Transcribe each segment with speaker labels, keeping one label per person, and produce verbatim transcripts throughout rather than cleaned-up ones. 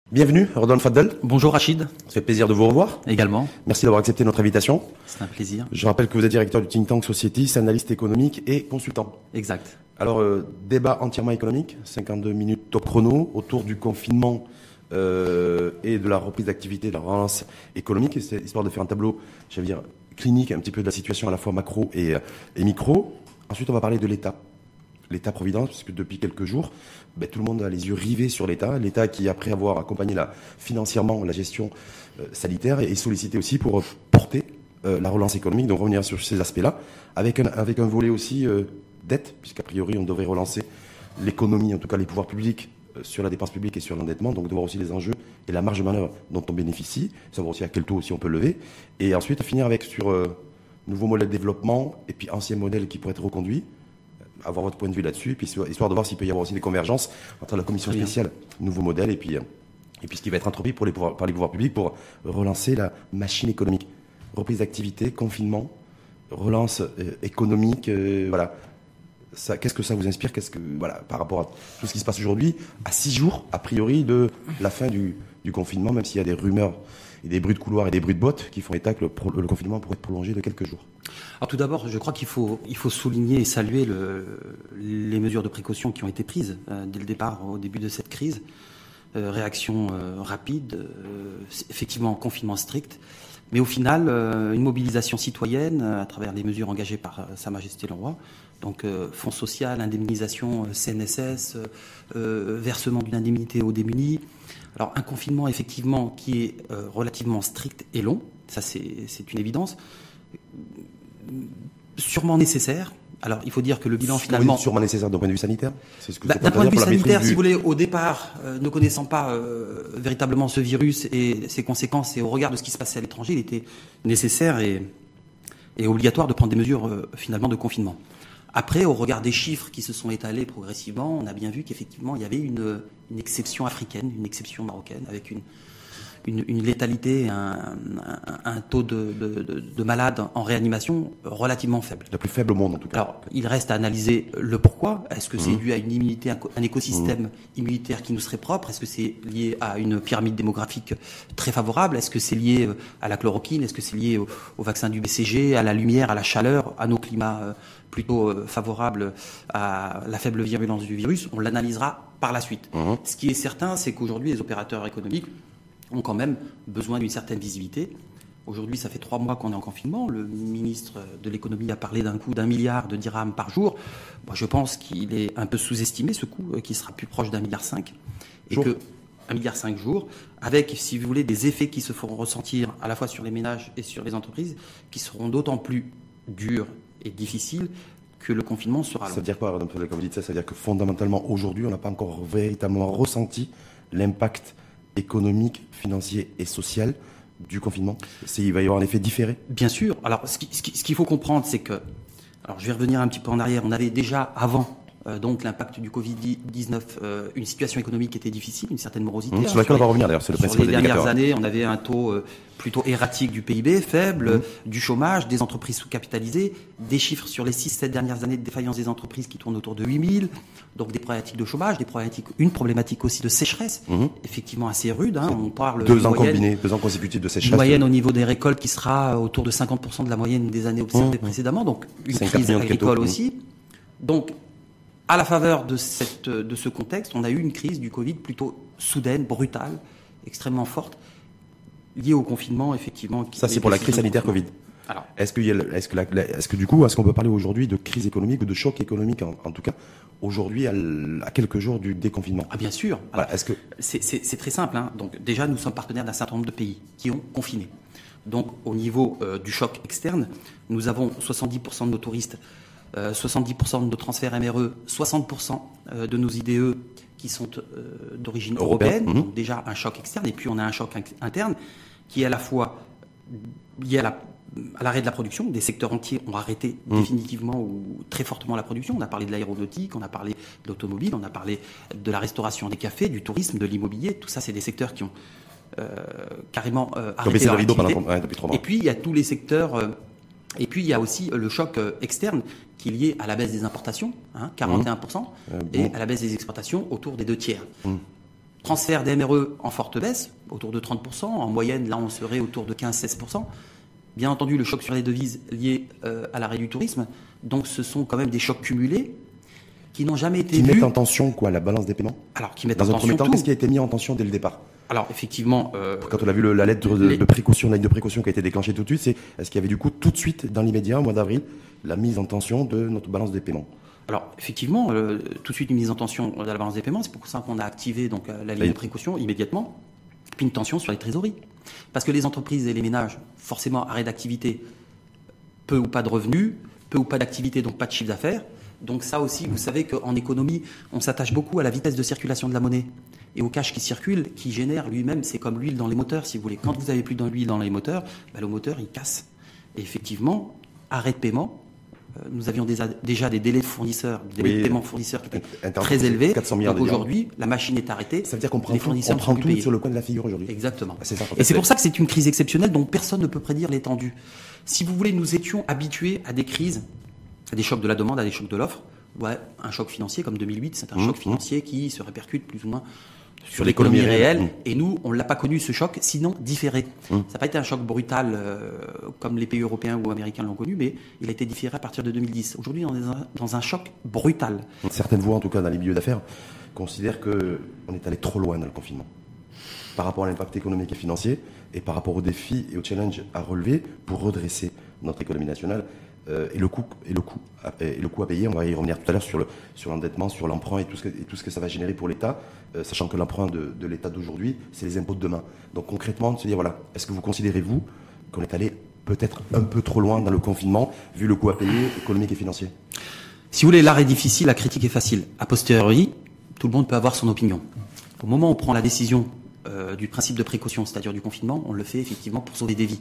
Speaker 1: Bienvenue, Rodolphe Faddel.
Speaker 2: Bonjour Rachid.
Speaker 1: Ça fait plaisir de vous revoir.
Speaker 2: Également.
Speaker 1: Merci d'avoir accepté notre invitation.
Speaker 2: C'est un plaisir.
Speaker 1: Je rappelle que vous êtes directeur du think tank Societis, analyste économique et consultant.
Speaker 2: Exact.
Speaker 1: Alors, euh, débat entièrement économique, cinquante-deux minutes top chrono, autour du confinement euh, et de la reprise d'activité, de la relance économique, c'est histoire de faire un tableau, j'allais dire, clinique, un petit peu de la situation à la fois macro et, et micro. Ensuite, on va parler de l'État. L'État-providence, parce que depuis quelques jours, ben, tout le monde a les yeux rivés sur l'État. L'État qui, après avoir accompagné la, financièrement la gestion euh, sanitaire, est sollicité aussi pour euh, porter euh, la relance économique, donc revenir sur ces aspects-là, avec un, avec un volet aussi euh, dette, puisqu'a priori on devrait relancer l'économie, en tout cas les pouvoirs publics, euh, sur la dépense publique et sur l'endettement, donc de voir aussi les enjeux et la marge de manœuvre dont on bénéficie, savoir aussi à quel taux aussi on peut lever, et ensuite finir avec sur euh, nouveaux modèles de développement, et puis anciens modèles qui pourraient être reconduits, avoir votre point de vue là-dessus, puis histoire de voir s'il peut y avoir aussi des convergences entre la commission spéciale, nouveau modèle, et puis, et puis ce qui va être entrepris pour les pouvoirs, par les pouvoirs publics pour relancer la machine économique. Reprise d'activité, confinement, relance euh, économique, euh, voilà. Ça, qu'est-ce que ça vous inspire, qu'est-ce que, voilà, par rapport à tout ce qui se passe aujourd'hui, à six jours, a priori, de la fin du, du confinement, même s'il y a des rumeurs et des bruits de couloir et des bruits de bottes qui font état que le, le confinement pourrait être prolongé de quelques jours.
Speaker 2: Alors tout d'abord, je crois qu'il faut, il faut souligner et saluer le, les mesures de précaution qui ont été prises euh, dès le départ, au début de cette crise. Euh, réaction euh, rapide, euh, effectivement confinement strict, mais au final, euh, une mobilisation citoyenne euh, à travers les mesures engagées par euh, Sa Majesté le Roi. Donc euh, fonds social, indemnisation, euh, C N S S, euh, versement d'une indemnité aux démunis. Alors un confinement effectivement qui est euh, relativement strict et long, ça c'est, c'est une évidence, sûrement nécessaire. Alors il faut dire que le bilan finalement...
Speaker 1: Sûrement nécessaire d'un point de vue sanitaire, c'est ce que
Speaker 2: bah, d'un point de vue sanitaire, si vous voulez, au départ, euh, ne connaissant pas euh, véritablement ce virus et ses conséquences, et au regard de ce qui se passait à l'étranger, il était nécessaire et, et obligatoire de prendre des mesures euh, finalement de confinement. Après, au regard des chiffres qui se sont étalés progressivement, on a bien vu qu'effectivement, il y avait une, une exception africaine, une exception marocaine, avec une, une, une létalité, un, un, un taux de, de, de, de malades en réanimation relativement faible.
Speaker 1: La plus faible au monde, en tout cas.
Speaker 2: Alors, il reste à analyser le pourquoi. Est-ce que c'est
Speaker 1: mmh.
Speaker 2: dû à une immunité, un écosystème mmh. immunitaire qui nous serait propre? Est-ce que c'est lié à une pyramide démographique très favorable? Est-ce que c'est lié à la chloroquine? Est-ce que c'est lié au, au vaccin du B C G, à la lumière, à la chaleur, à nos climats plutôt favorables à la faible virulence du virus? On l'analysera par la suite. Mmh. Ce qui est certain, c'est qu'aujourd'hui, les opérateurs économiques ont quand même besoin d'une certaine visibilité. Aujourd'hui, ça fait trois mois qu'on est en confinement. Le ministre de l'économie a parlé d'un coût d'un milliard de dirhams par jour. Moi, je pense qu'il est un peu sous-estimé, ce coût, qui sera plus proche d'un milliard cinq. Et que un milliard cinq jours, avec, si vous voulez, des effets qui se feront ressentir à la fois sur les ménages et sur les entreprises, qui seront d'autant plus durs et difficiles que le confinement sera long.
Speaker 1: Ça veut dire quoi, Madame Faddel, quand vous dites ça? Ça veut dire que fondamentalement, aujourd'hui, on n'a pas encore véritablement ressenti l'impact économique, financier et social du confinement? C'est, il va y avoir un effet différé?
Speaker 2: Bien sûr. Alors, ce, qui, ce, qui, ce qu'il faut comprendre, c'est que, alors je vais revenir un petit peu en arrière, on avait déjà avant euh, donc l'impact du covid dix-neuf, euh, une situation économique qui était difficile, une certaine morosité.
Speaker 1: Mmh, sur laquelle on va revenir d'ailleurs, c'est le principal
Speaker 2: indicateur. Sur les dernières
Speaker 1: indicateur.
Speaker 2: années, on avait un taux euh, plutôt erratique du P I B, faible, mmh. du chômage, des entreprises sous-capitalisées, des chiffres sur les six sept dernières années de défaillance des entreprises qui tournent autour de huit mille, donc des problématiques de chômage, des problématiques, une problématique aussi de sécheresse, mmh. effectivement assez rude. Hein, on parle
Speaker 1: deux ans moyenne, combinés, deux ans consécutifs de sécheresse.
Speaker 2: Une moyenne au niveau des récoltes qui sera autour de cinquante pour cent de la moyenne des années observées mmh. précédemment, donc une crise agricole aussi. Mmh. Donc, à la faveur de, cette, de ce contexte, on a eu une crise du Covid plutôt soudaine, brutale, extrêmement forte, liée au confinement, effectivement.
Speaker 1: Ça, c'est pour la crise sanitaire Covid. Alors, est-ce que, est-ce, que la, est-ce que du coup, est-ce qu'on peut parler aujourd'hui de crise économique ou de choc économique, en, en tout cas, aujourd'hui, à, à quelques jours du déconfinement?
Speaker 2: Ah, bien sûr.
Speaker 1: Voilà, est-ce que...
Speaker 2: c'est, c'est, c'est très simple. Hein. Donc, déjà, nous sommes partenaires d'un certain nombre de pays qui ont confiné. Donc, au niveau euh, du choc externe, nous avons soixante-dix pour cent de nos touristes, Euh, soixante-dix pour cent de nos transferts M R E, soixante pour cent euh, de nos I D E qui sont euh, d'origine européenne, Européen. Donc mmh. déjà un choc externe, et puis on a un choc interne qui est à la fois lié à, la, à l'arrêt de la production. Des secteurs entiers ont arrêté mmh. définitivement ou très fortement la production. On a parlé de l'aéronautique, on a parlé de l'automobile, on a parlé de la restauration des cafés, du tourisme, de l'immobilier. Tout ça, c'est des secteurs qui ont euh, carrément euh, arrêté leur activité. Pendant, ouais, depuis trois mois. Et puis, il y a tous les secteurs... Euh, Et puis, il y a aussi le choc externe qui est lié à la baisse des importations, hein, quarante et un pour cent, mmh. et à la baisse des exportations autour des deux tiers. Mmh. Transfert des M R E en forte baisse, autour de trente pour cent. En moyenne, là, on serait autour de quinze à seize pour cent. Bien entendu, le choc sur les devises lié euh, à l'arrêt du tourisme. Donc, ce sont quand même des chocs cumulés qui n'ont jamais été
Speaker 1: qui
Speaker 2: vus.
Speaker 1: mettent en tension quoi, la balance des paiements.
Speaker 2: Alors, qui mettent
Speaker 1: Dans
Speaker 2: en
Speaker 1: un
Speaker 2: tension
Speaker 1: premier temps,
Speaker 2: tout.
Speaker 1: qu'est-ce qui a été mis en tension dès le départ?
Speaker 2: Alors, effectivement... Euh,
Speaker 1: Quand on a vu le, la lettre de,
Speaker 2: les...
Speaker 1: de précaution, la ligne de précaution qui a été déclenchée tout de suite, c'est est-ce qu'il y avait du coup tout de suite, dans l'immédiat, au mois d'avril, la mise en tension de notre balance des paiements?
Speaker 2: Alors, effectivement, euh, tout de suite une mise en tension de la balance des paiements. C'est pour ça qu'on a activé donc, la ligne
Speaker 1: oui.
Speaker 2: de précaution immédiatement. Puis une tension sur les trésoreries. Parce que les entreprises et les ménages, forcément, arrêt d'activité, peu ou pas de revenus, peu ou pas d'activité, donc pas de chiffre d'affaires. Donc ça aussi, vous savez qu'en économie, on s'attache beaucoup à la vitesse de circulation de la monnaie et au cash qui circule, qui génère lui-même, c'est comme l'huile dans les moteurs, si vous voulez. Quand vous avez plus d'huile dans les moteurs, ben, le moteur, il casse. Et effectivement, arrêt de paiement, euh, nous avions déjà, déjà des délais de fournisseurs, des délais
Speaker 1: oui,
Speaker 2: de paiement fournisseurs qui étaient
Speaker 1: Inter-
Speaker 2: très élevés.
Speaker 1: quatre cents milliards
Speaker 2: Donc
Speaker 1: de
Speaker 2: aujourd'hui, la machine est arrêtée.
Speaker 1: Ça veut dire qu'on prend
Speaker 2: les
Speaker 1: tout,
Speaker 2: fournisseurs
Speaker 1: on prend
Speaker 2: ne sont
Speaker 1: tout
Speaker 2: plus payés.
Speaker 1: sur le coin de la figure aujourd'hui.
Speaker 2: Exactement.
Speaker 1: C'est ça, en fait,
Speaker 2: et c'est
Speaker 1: c'est-
Speaker 2: pour ça que c'est une crise exceptionnelle dont personne ne peut prédire l'étendue. Si vous voulez, nous étions habitués à des crises, à des chocs de la demande, à des chocs de l'offre. Ouais, un choc financier comme deux mille huit, c'est un
Speaker 1: Mmh,
Speaker 2: choc
Speaker 1: mmh.
Speaker 2: financier qui se répercute plus ou moins sur,
Speaker 1: Sur
Speaker 2: l'économie
Speaker 1: l'économie
Speaker 2: réelle.
Speaker 1: réelle.
Speaker 2: Et nous, on ne l'a pas connu ce choc, sinon différé.
Speaker 1: Mmh.
Speaker 2: Ça n'a pas été un choc brutal euh, comme les pays européens ou américains l'ont connu, mais il a été différé à partir de deux mille dix. Aujourd'hui, on est dans un, dans un choc brutal.
Speaker 1: Certaines voix, en tout cas dans les milieux d'affaires, considèrent qu'on est allé trop loin dans le confinement par rapport à l'impact économique et financier et par rapport aux défis et aux challenges à relever pour redresser notre économie nationale euh, et le coût et le coût à, et le coût à payer. On va y revenir tout à l'heure sur le sur l'endettement, sur l'emprunt et tout ce que et tout ce que ça va générer pour l'État, euh, sachant que l'emprunt de, de l'État d'aujourd'hui, c'est les impôts de demain. Donc concrètement, de se dire voilà, est-ce que vous considérez vous qu'on est allé peut-être un peu trop loin dans le confinement vu le coût à payer économique et financier?
Speaker 2: Si vous voulez, l'art est difficile, la critique est facile. A posteriori, tout le monde peut avoir son opinion. Au moment où on prend la décision euh, du principe de précaution, c'est-à-dire du confinement, on le fait effectivement pour sauver des vies,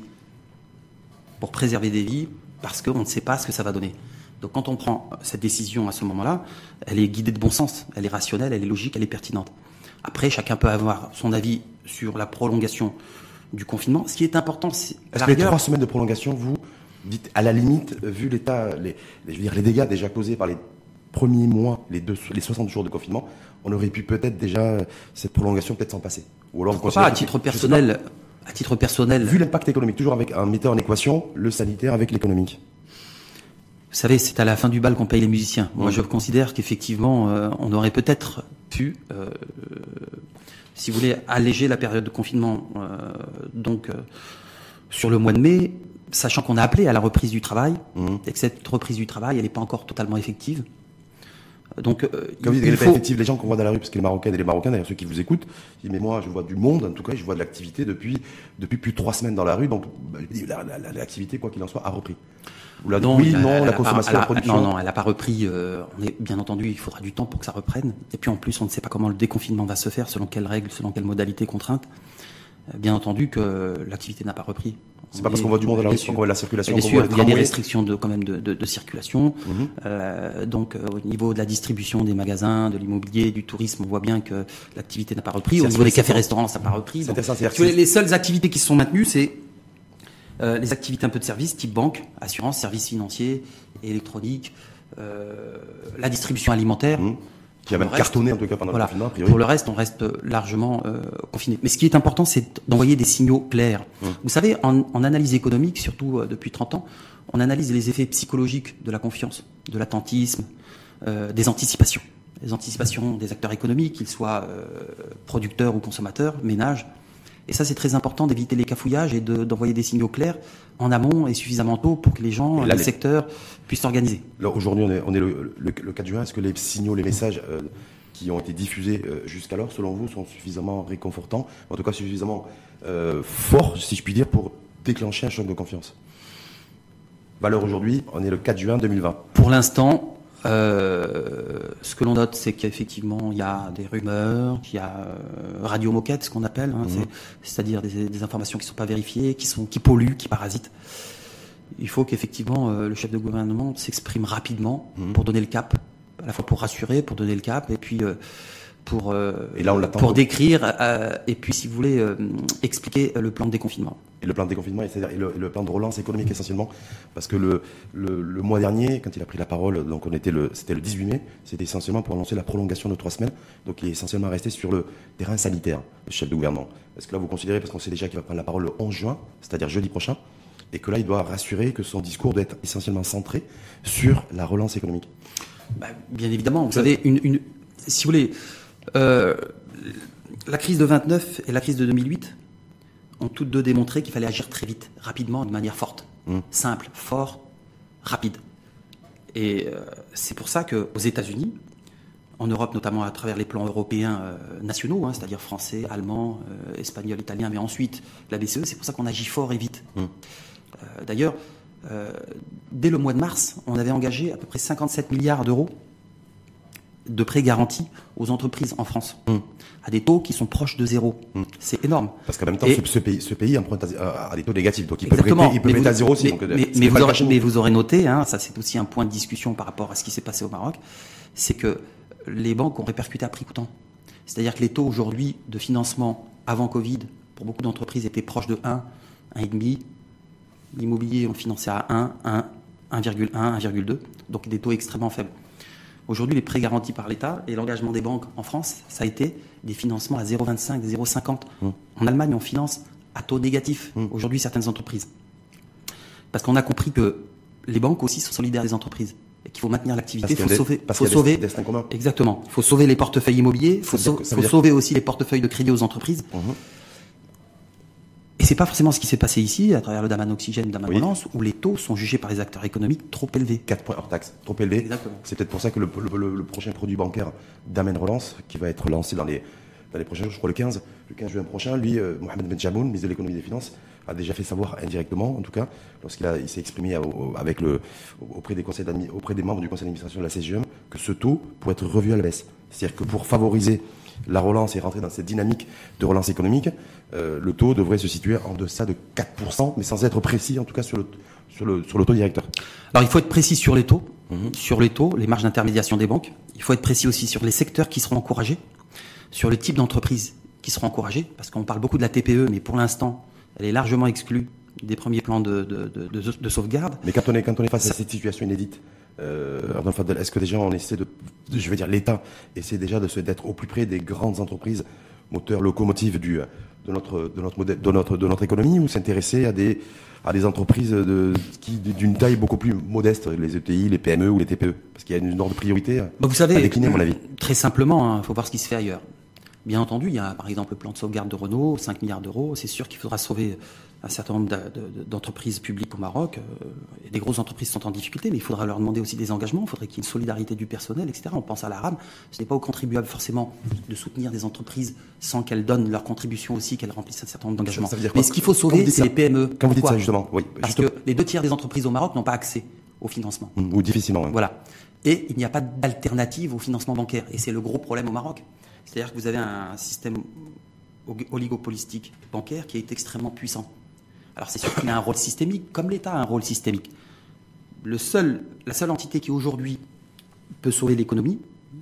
Speaker 2: pour préserver des vies, parce qu'on ne sait pas ce que ça va donner. Donc quand on prend cette décision à ce moment-là, elle est guidée de bon sens, elle est rationnelle, elle est logique, elle est pertinente. Après, chacun peut avoir son avis sur la prolongation du confinement. Ce qui est important, c'est
Speaker 1: Est-ce
Speaker 2: la
Speaker 1: que les
Speaker 2: rigueur.
Speaker 1: trois semaines de prolongation, vous dites, à la limite, vu l'état, les, les, je veux dire, les dégâts déjà causés par les premiers mois, les, deux, les soixante jours de confinement, on aurait pu peut-être déjà, cette prolongation, peut-être s'en passer. Ou alors,
Speaker 2: Pourquoi
Speaker 1: vous
Speaker 2: pas, à
Speaker 1: considérez
Speaker 2: titre
Speaker 1: que- je sais pas,
Speaker 2: personnel, à titre personnel,
Speaker 1: vu l'impact économique, toujours avec, en mettant en équation le sanitaire avec l'économique.
Speaker 2: vous savez, c'est à la fin du bal qu'on paye les musiciens. Moi,
Speaker 1: Mmh.
Speaker 2: je considère qu'effectivement, euh, on aurait peut-être pu, euh, si vous voulez, alléger la période de confinement, euh, donc euh, sur le mois de mai, sachant qu'on a appelé à la reprise du travail,
Speaker 1: Mmh.
Speaker 2: et que cette reprise du travail, elle n'est pas encore totalement effective. Donc, euh,
Speaker 1: Comme
Speaker 2: il,
Speaker 1: il, il
Speaker 2: il
Speaker 1: est pas
Speaker 2: faut...
Speaker 1: effectif, les gens qu'on voit dans la rue, parce que les Marocaines et les Marocains, d'ailleurs ceux qui vous écoutent, ils disent, mais moi je vois du monde, en tout cas je vois de l'activité depuis, depuis plus de trois semaines dans la rue, donc bah, je dis, la- la- la- l'activité, quoi qu'il en soit, a repris. Ou la,
Speaker 2: Non,
Speaker 1: oui,
Speaker 2: elle a-
Speaker 1: non,
Speaker 2: elle
Speaker 1: la
Speaker 2: a pas-
Speaker 1: consommation,
Speaker 2: elle a-
Speaker 1: la production.
Speaker 2: Non, non, elle n'a pas repris. euh, on est, bien entendu, il faudra du temps pour que ça reprenne. Et puis en plus, on ne sait pas comment le déconfinement va se faire, selon quelles règles, selon quelles modalités contraintes. Euh, Bien entendu que l'activité n'a pas repris.
Speaker 1: C'est pas parce qu'on voit du monde dans la rue,
Speaker 2: Bien
Speaker 1: c'est
Speaker 2: sûr.
Speaker 1: qu'on voit la circulation,
Speaker 2: Bien
Speaker 1: qu'on
Speaker 2: sûr,
Speaker 1: voit les
Speaker 2: il y a des
Speaker 1: tramways.
Speaker 2: restrictions de, quand même de, de, de circulation.
Speaker 1: Mhm.
Speaker 2: Euh, donc, euh, au niveau de la distribution des magasins, de l'immobilier, du tourisme, on voit bien que l'activité n'a pas repris. Au
Speaker 1: C'est
Speaker 2: niveau des
Speaker 1: assez-
Speaker 2: cafés-restaurants, ça n'a pas repris.
Speaker 1: C'est
Speaker 2: Donc,
Speaker 1: intéressant, c'est-à-dire
Speaker 2: si vous voulez,
Speaker 1: que
Speaker 2: les seules activités qui se sont maintenues, c'est euh, les activités un peu de service, type banque, assurance, services financiers, électronique, euh, la distribution alimentaire.
Speaker 1: Mmh. Qui a
Speaker 2: Pour
Speaker 1: même
Speaker 2: le reste,
Speaker 1: cartonné en tout cas pendant
Speaker 2: voilà.
Speaker 1: le confinement, a priori.
Speaker 2: Pour le reste, on reste largement euh, confiné. Mais ce qui est important, c'est d'envoyer des signaux clairs.
Speaker 1: Mmh.
Speaker 2: Vous savez, en, en analyse économique, surtout euh, depuis trente ans, on analyse les effets psychologiques de la confiance, de l'attentisme, euh, des anticipations. Les anticipations des acteurs économiques, qu'ils soient euh, producteurs ou consommateurs, ménages. Et ça, c'est très important d'éviter les cafouillages et de- d'envoyer des signaux clairs en amont et suffisamment tôt pour que les gens,
Speaker 1: Et là,
Speaker 2: les
Speaker 1: les-
Speaker 2: secteurs puissent s'organiser.
Speaker 1: Là, aujourd'hui, on est, on est le, le, le quatre juin. Est-ce que les signaux, les messages euh, qui ont été diffusés euh, jusqu'alors, selon vous, sont suffisamment réconfortants, en tout cas suffisamment euh, forts, si je puis dire, pour déclencher un choc de confiance? Valeur aujourd'hui, on est le quatre juin deux mille vingt.
Speaker 2: Pour l'instant, euh, ce que l'on note, c'est qu'effectivement, il y a des rumeurs, qu'il y a euh, radio moquette, ce qu'on appelle, hein,
Speaker 1: Mmh.
Speaker 2: c'est- c'est-à-dire des, des informations qui ne sont pas vérifiées, qui, sont, qui polluent, qui parasitent. Il faut qu'effectivement euh, le chef de gouvernement s'exprime rapidement
Speaker 1: Mmh.
Speaker 2: pour donner le cap, à la fois pour rassurer, pour donner le cap, et puis euh, pour, euh,
Speaker 1: et là, on l'attend
Speaker 2: pour décrire euh, et puis, si vous voulez, euh, expliquer le plan de déconfinement.
Speaker 1: Et le plan de déconfinement, c'est-à-dire et le, et le plan de relance économique essentiellement, parce que le, le, le mois dernier, quand il a pris la parole, donc on était le, c'était le dix-huit mai, c'était essentiellement pour annoncer la prolongation de trois semaines, donc il est essentiellement resté sur le terrain sanitaire, le chef de gouvernement. Est-ce que là vous considérez, parce qu'on sait déjà qu'il va prendre la parole le onze juin, c'est-à-dire jeudi prochain, et que là il doit rassurer que son discours doit être essentiellement centré sur la relance économique?
Speaker 2: Bah, bien évidemment, vous savez, une, une, si vous voulez, euh, la crise de vingt-neuf et la crise de deux mille huit ont toutes deux démontré qu'il fallait agir très vite, rapidement, de manière forte, mmh. simple, fort, rapide. Et euh, c'est pour ça qu'aux États-Unis, en Europe notamment à travers les plans européens euh, nationaux, hein, c'est-à-dire français, allemand, euh, espagnol, italien, mais ensuite la B C E, c'est pour ça qu'on agit fort et vite. Mmh. Euh, d'ailleurs, euh, dès le mois de mars, on avait engagé à peu près cinquante-sept milliards d'euros de prêts garantis aux entreprises en France, mmh. à des taux qui sont proches de zéro. Mmh. C'est énorme.
Speaker 1: Parce qu'en même temps,
Speaker 2: et,
Speaker 1: ce, ce, pays, ce pays emprunte à, à des taux négatifs, donc il peut
Speaker 2: exactement.
Speaker 1: prêter, il peut prêter à zéro aussi.
Speaker 2: Mais,
Speaker 1: donc,
Speaker 2: mais, mais, vous aurez, mais vous aurez noté, hein, ça c'est aussi un point de discussion par rapport à ce qui s'est passé au Maroc, c'est que les banques ont répercuté à prix coûtant. C'est-à-dire que les taux aujourd'hui de financement avant Covid, pour beaucoup d'entreprises, étaient proches de un, un virgule cinq. L'immobilier, on finançait à un, un, un virgule un, un virgule deux, donc des taux extrêmement faibles. Aujourd'hui, les prêts garantis par l'État et l'engagement des banques en France, ça a été des financements à zéro virgule vingt-cinq, zéro virgule cinquante. Mmh. En Allemagne, on finance à taux négatif, mmh. aujourd'hui, certaines entreprises. Parce qu'on a compris que les banques aussi sont solidaires des entreprises et qu'il faut maintenir l'activité, il faut sauver.
Speaker 1: Parce
Speaker 2: faut
Speaker 1: qu'il y a
Speaker 2: sauver
Speaker 1: des destins communs.
Speaker 2: Exactement. Il faut sauver les portefeuilles immobiliers, il faut, sau faut dire... sauver aussi les portefeuilles de crédit aux entreprises. Mmh. Et c'est pas forcément ce qui s'est passé ici, à travers le Daman Oxygène, Daman oui. Relance, où les taux sont jugés par les acteurs économiques trop élevés.
Speaker 1: quatre points hors taxe, trop élevés. Exactement. C'est peut-être pour ça que le, le, le, le prochain produit bancaire Daman Relance, qui va être lancé dans les, dans les prochains jours, je crois le quinze, le quinze juin prochain, lui, euh, Mohamed Ben Jamoun, ministre de l'économie et des finances, a déjà fait savoir indirectement, en tout cas, lorsqu'il a, il s'est exprimé au, avec le, auprès, des conseils auprès des membres du conseil d'administration de la C G M, que ce taux pourrait être revu à la baisse. C'est-à-dire que pour favoriser la relance et rentrer dans cette dynamique de relance économique, euh, le taux devrait se situer en deçà de quatre pour cent, mais sans être précis, en tout cas, sur le, sur le, sur le taux directeur.
Speaker 2: Alors, il faut être précis sur les taux, mmh. sur les taux, les marges d'intermédiation des banques. Il faut être précis aussi sur les secteurs qui seront encouragés, sur le type d'entreprise qui seront encouragées, parce qu'on parle beaucoup de la T P E, mais pour l'instant, elle est largement exclue des premiers plans de, de, de, de, de sauvegarde.
Speaker 1: Mais quand on est, quand on est face à cette situation inédite, euh, est-ce que déjà on essaie de, de je veux dire, l'État essaie déjà de se, d'être au plus près des grandes entreprises, moteurs locomotives du, de notre, de notre modèle, de notre, de notre économie, ou s'intéresser à des, à des entreprises de, qui, d'une taille beaucoup plus modeste, les E T I, les P M E ou les T P E, parce qu'il y a une ordre de priorité à,
Speaker 2: bah vous savez,
Speaker 1: à décliner, à mon avis.
Speaker 2: Très simplement, il hein, faut voir ce qui se fait ailleurs. Bien entendu, il y a par exemple le plan de sauvegarde de Renault, cinq milliards d'euros. C'est sûr qu'il faudra sauver un certain nombre d'entreprises publiques au Maroc. Et des grosses entreprises sont en difficulté, mais il faudra leur demander aussi des engagements. Il faudrait qu'il y ait une solidarité du personnel, et cetera. On pense à la RAM. Ce n'est pas aux contribuables forcément de soutenir des entreprises sans qu'elles donnent leur contribution aussi, qu'elles remplissent un certain nombre d'engagements. Mais ce qu'il faut sauver, c'est les P M E.
Speaker 1: Quand vous dites ça, justement, oui.
Speaker 2: Parce que les deux tiers des entreprises au Maroc n'ont pas accès au financement.
Speaker 1: Ou difficilement. Hein.
Speaker 2: Voilà. Et il n'y a pas d'alternative au financement bancaire. Et c'est le gros problème au Maroc. C'est-à-dire que vous avez un système oligopolistique bancaire qui est extrêmement puissant. Alors c'est sûr qu'il a un rôle systémique, comme l'État a un rôle systémique. Le seul, la seule entité qui aujourd'hui peut sauver l'économie,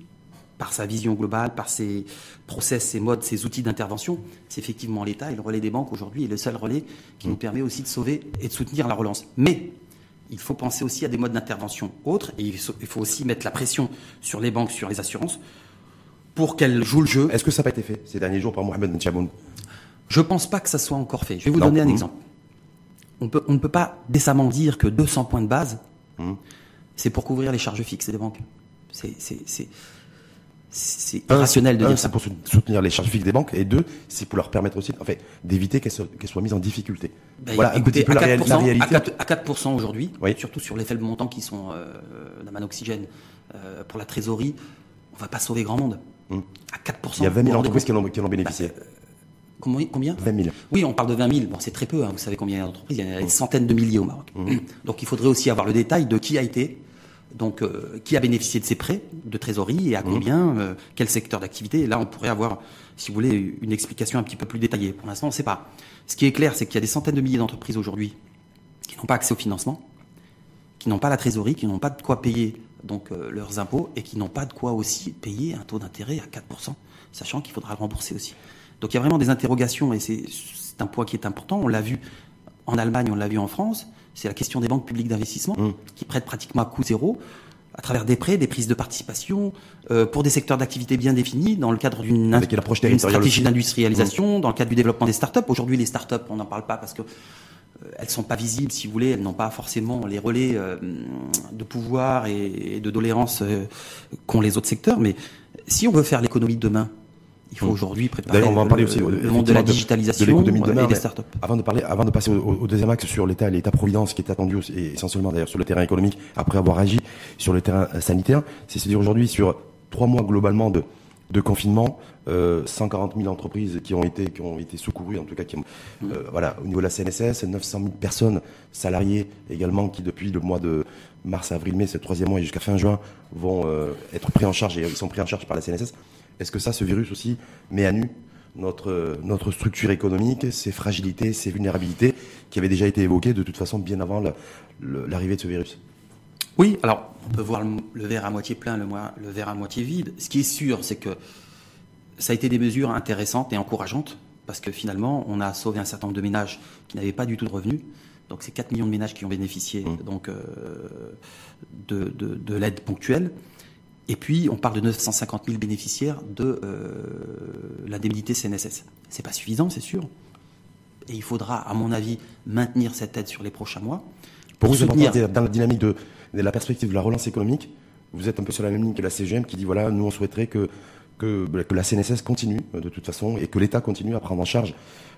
Speaker 2: par sa vision globale, par ses process, ses modes, ses outils d'intervention, c'est effectivement l'État, et le relais des banques aujourd'hui est le seul relais qui mmh. nous permet aussi de sauver et de soutenir la relance. Mais il faut penser aussi à des modes d'intervention autres, et il faut aussi mettre la pression sur les banques, sur les assurances, pour qu'elle joue le jeu.
Speaker 1: Est-ce que ça n'a pas été fait ces derniers jours par Mohamed Ben Jamoun?
Speaker 2: Je ne pense pas que ça soit encore fait. Je vais vous non. donner un
Speaker 1: mmh.
Speaker 2: exemple. On, peut, on ne peut pas décemment dire que deux cents points de base, mmh. c'est pour couvrir les charges fixes des banques. C'est, c'est, c'est, c'est
Speaker 1: un,
Speaker 2: irrationnel de
Speaker 1: un,
Speaker 2: dire
Speaker 1: c'est
Speaker 2: ça.
Speaker 1: C'est pour soutenir les charges fixes des banques, et deux, c'est pour leur permettre aussi en fait, d'éviter qu'elles, so, qu'elles soient mises en difficulté.
Speaker 2: Ben,
Speaker 1: voilà
Speaker 2: écoutez,
Speaker 1: un petit peu la, la réalité.
Speaker 2: À quatre pour cent aujourd'hui,
Speaker 1: oui.
Speaker 2: surtout sur les faibles montants qui sont euh, Daman Oxygène euh, pour la trésorerie, on ne va pas sauver grand monde. Mmh. À quatre pour cent.
Speaker 1: Il y a vingt mille entreprises qui en ont, qui en ont bénéficié.
Speaker 2: Bah, euh, combien
Speaker 1: vingt mille.
Speaker 2: Oui, on parle de vingt mille. Bon, c'est très peu. Hein. Vous savez combien il y a d'entreprises. Il y a des mmh. centaines de milliers au Maroc. Mmh. Donc, il faudrait aussi avoir le détail de qui a été, donc euh, qui a bénéficié de ces prêts de trésorerie et à combien, mmh. euh, quel secteur d'activité. Et là, on pourrait avoir, si vous voulez, une explication un petit peu plus détaillée. Pour l'instant, on ne sait pas. Ce qui est clair, c'est qu'il y a des centaines de milliers d'entreprises aujourd'hui qui n'ont pas accès au financement, qui n'ont pas la trésorerie, qui n'ont pas de quoi payer donc euh, leurs impôts et qui n'ont pas de quoi aussi payer un taux d'intérêt à quatre pour cent, sachant qu'il faudra le rembourser aussi. Donc il y a vraiment des interrogations et c'est, c'est un point qui est important. On l'a vu en Allemagne, on l'a vu en France. C'est la question des banques publiques d'investissement mmh. qui prêtent pratiquement à coût zéro à travers des prêts, des prises de participation euh, pour des secteurs d'activité bien définis dans le cadre d'une, d'une stratégie d'industrialisation, mmh. dans le cadre du développement des startups. Aujourd'hui, les startups, on n'en parle pas parce que euh, elles sont pas visibles, si vous voulez, elles n'ont pas forcément les relais euh, de pouvoir et, et de doléances euh, qu'ont les autres secteurs. Mais si on veut faire l'économie de demain, il faut aujourd'hui préparer
Speaker 1: D'ailleurs, on va en parler
Speaker 2: le,
Speaker 1: aussi,
Speaker 2: le monde de la digitalisation de l'économie de demain, et des startups.
Speaker 1: Avant de parler, avant de passer au, au deuxième axe sur l'État, l'État-providence qui est attendu et essentiellement d'ailleurs sur le terrain économique après avoir agi sur le terrain sanitaire, c'est se dire aujourd'hui sur trois mois globalement de, de confinement, euh, cent quarante mille entreprises qui ont été qui ont été secourues, en tout cas qui ont, euh, voilà, au niveau de la C N S S, neuf cent mille personnes salariées également qui depuis le mois de mars, avril, mai, ce troisième mois et jusqu'à fin juin vont euh, être pris en charge et ils sont pris en charge par la C N S S. Est-ce que ça, ce virus aussi, met à nu notre, notre structure économique, ses fragilités, ses vulnérabilités, qui avaient déjà été évoquées de toute façon bien avant la, le, l'arrivée de ce virus ?
Speaker 2: Oui, alors on peut voir le, le verre à moitié plein, le, le verre à moitié vide. Ce qui est sûr, c'est que ça a été des mesures intéressantes et encourageantes, parce que finalement, on a sauvé un certain nombre de ménages qui n'avaient pas du tout de revenus. Donc c'est quatre millions de ménages qui ont bénéficié mmh. donc, euh, de, de, de l'aide ponctuelle. Et puis, on parle de neuf cent cinquante mille bénéficiaires de euh, l'indemnité C N S S. C'est pas suffisant, c'est sûr. Et il faudra, à mon avis, maintenir cette aide sur les prochains mois.
Speaker 1: Pour, pour vous, soutenir... dans la dynamique de, de la perspective de la relance économique, vous êtes un peu sur la même ligne que la C G M qui dit, voilà, nous on souhaiterait que, que, que la C N S S continue de toute façon et que l'État continue à prendre en charge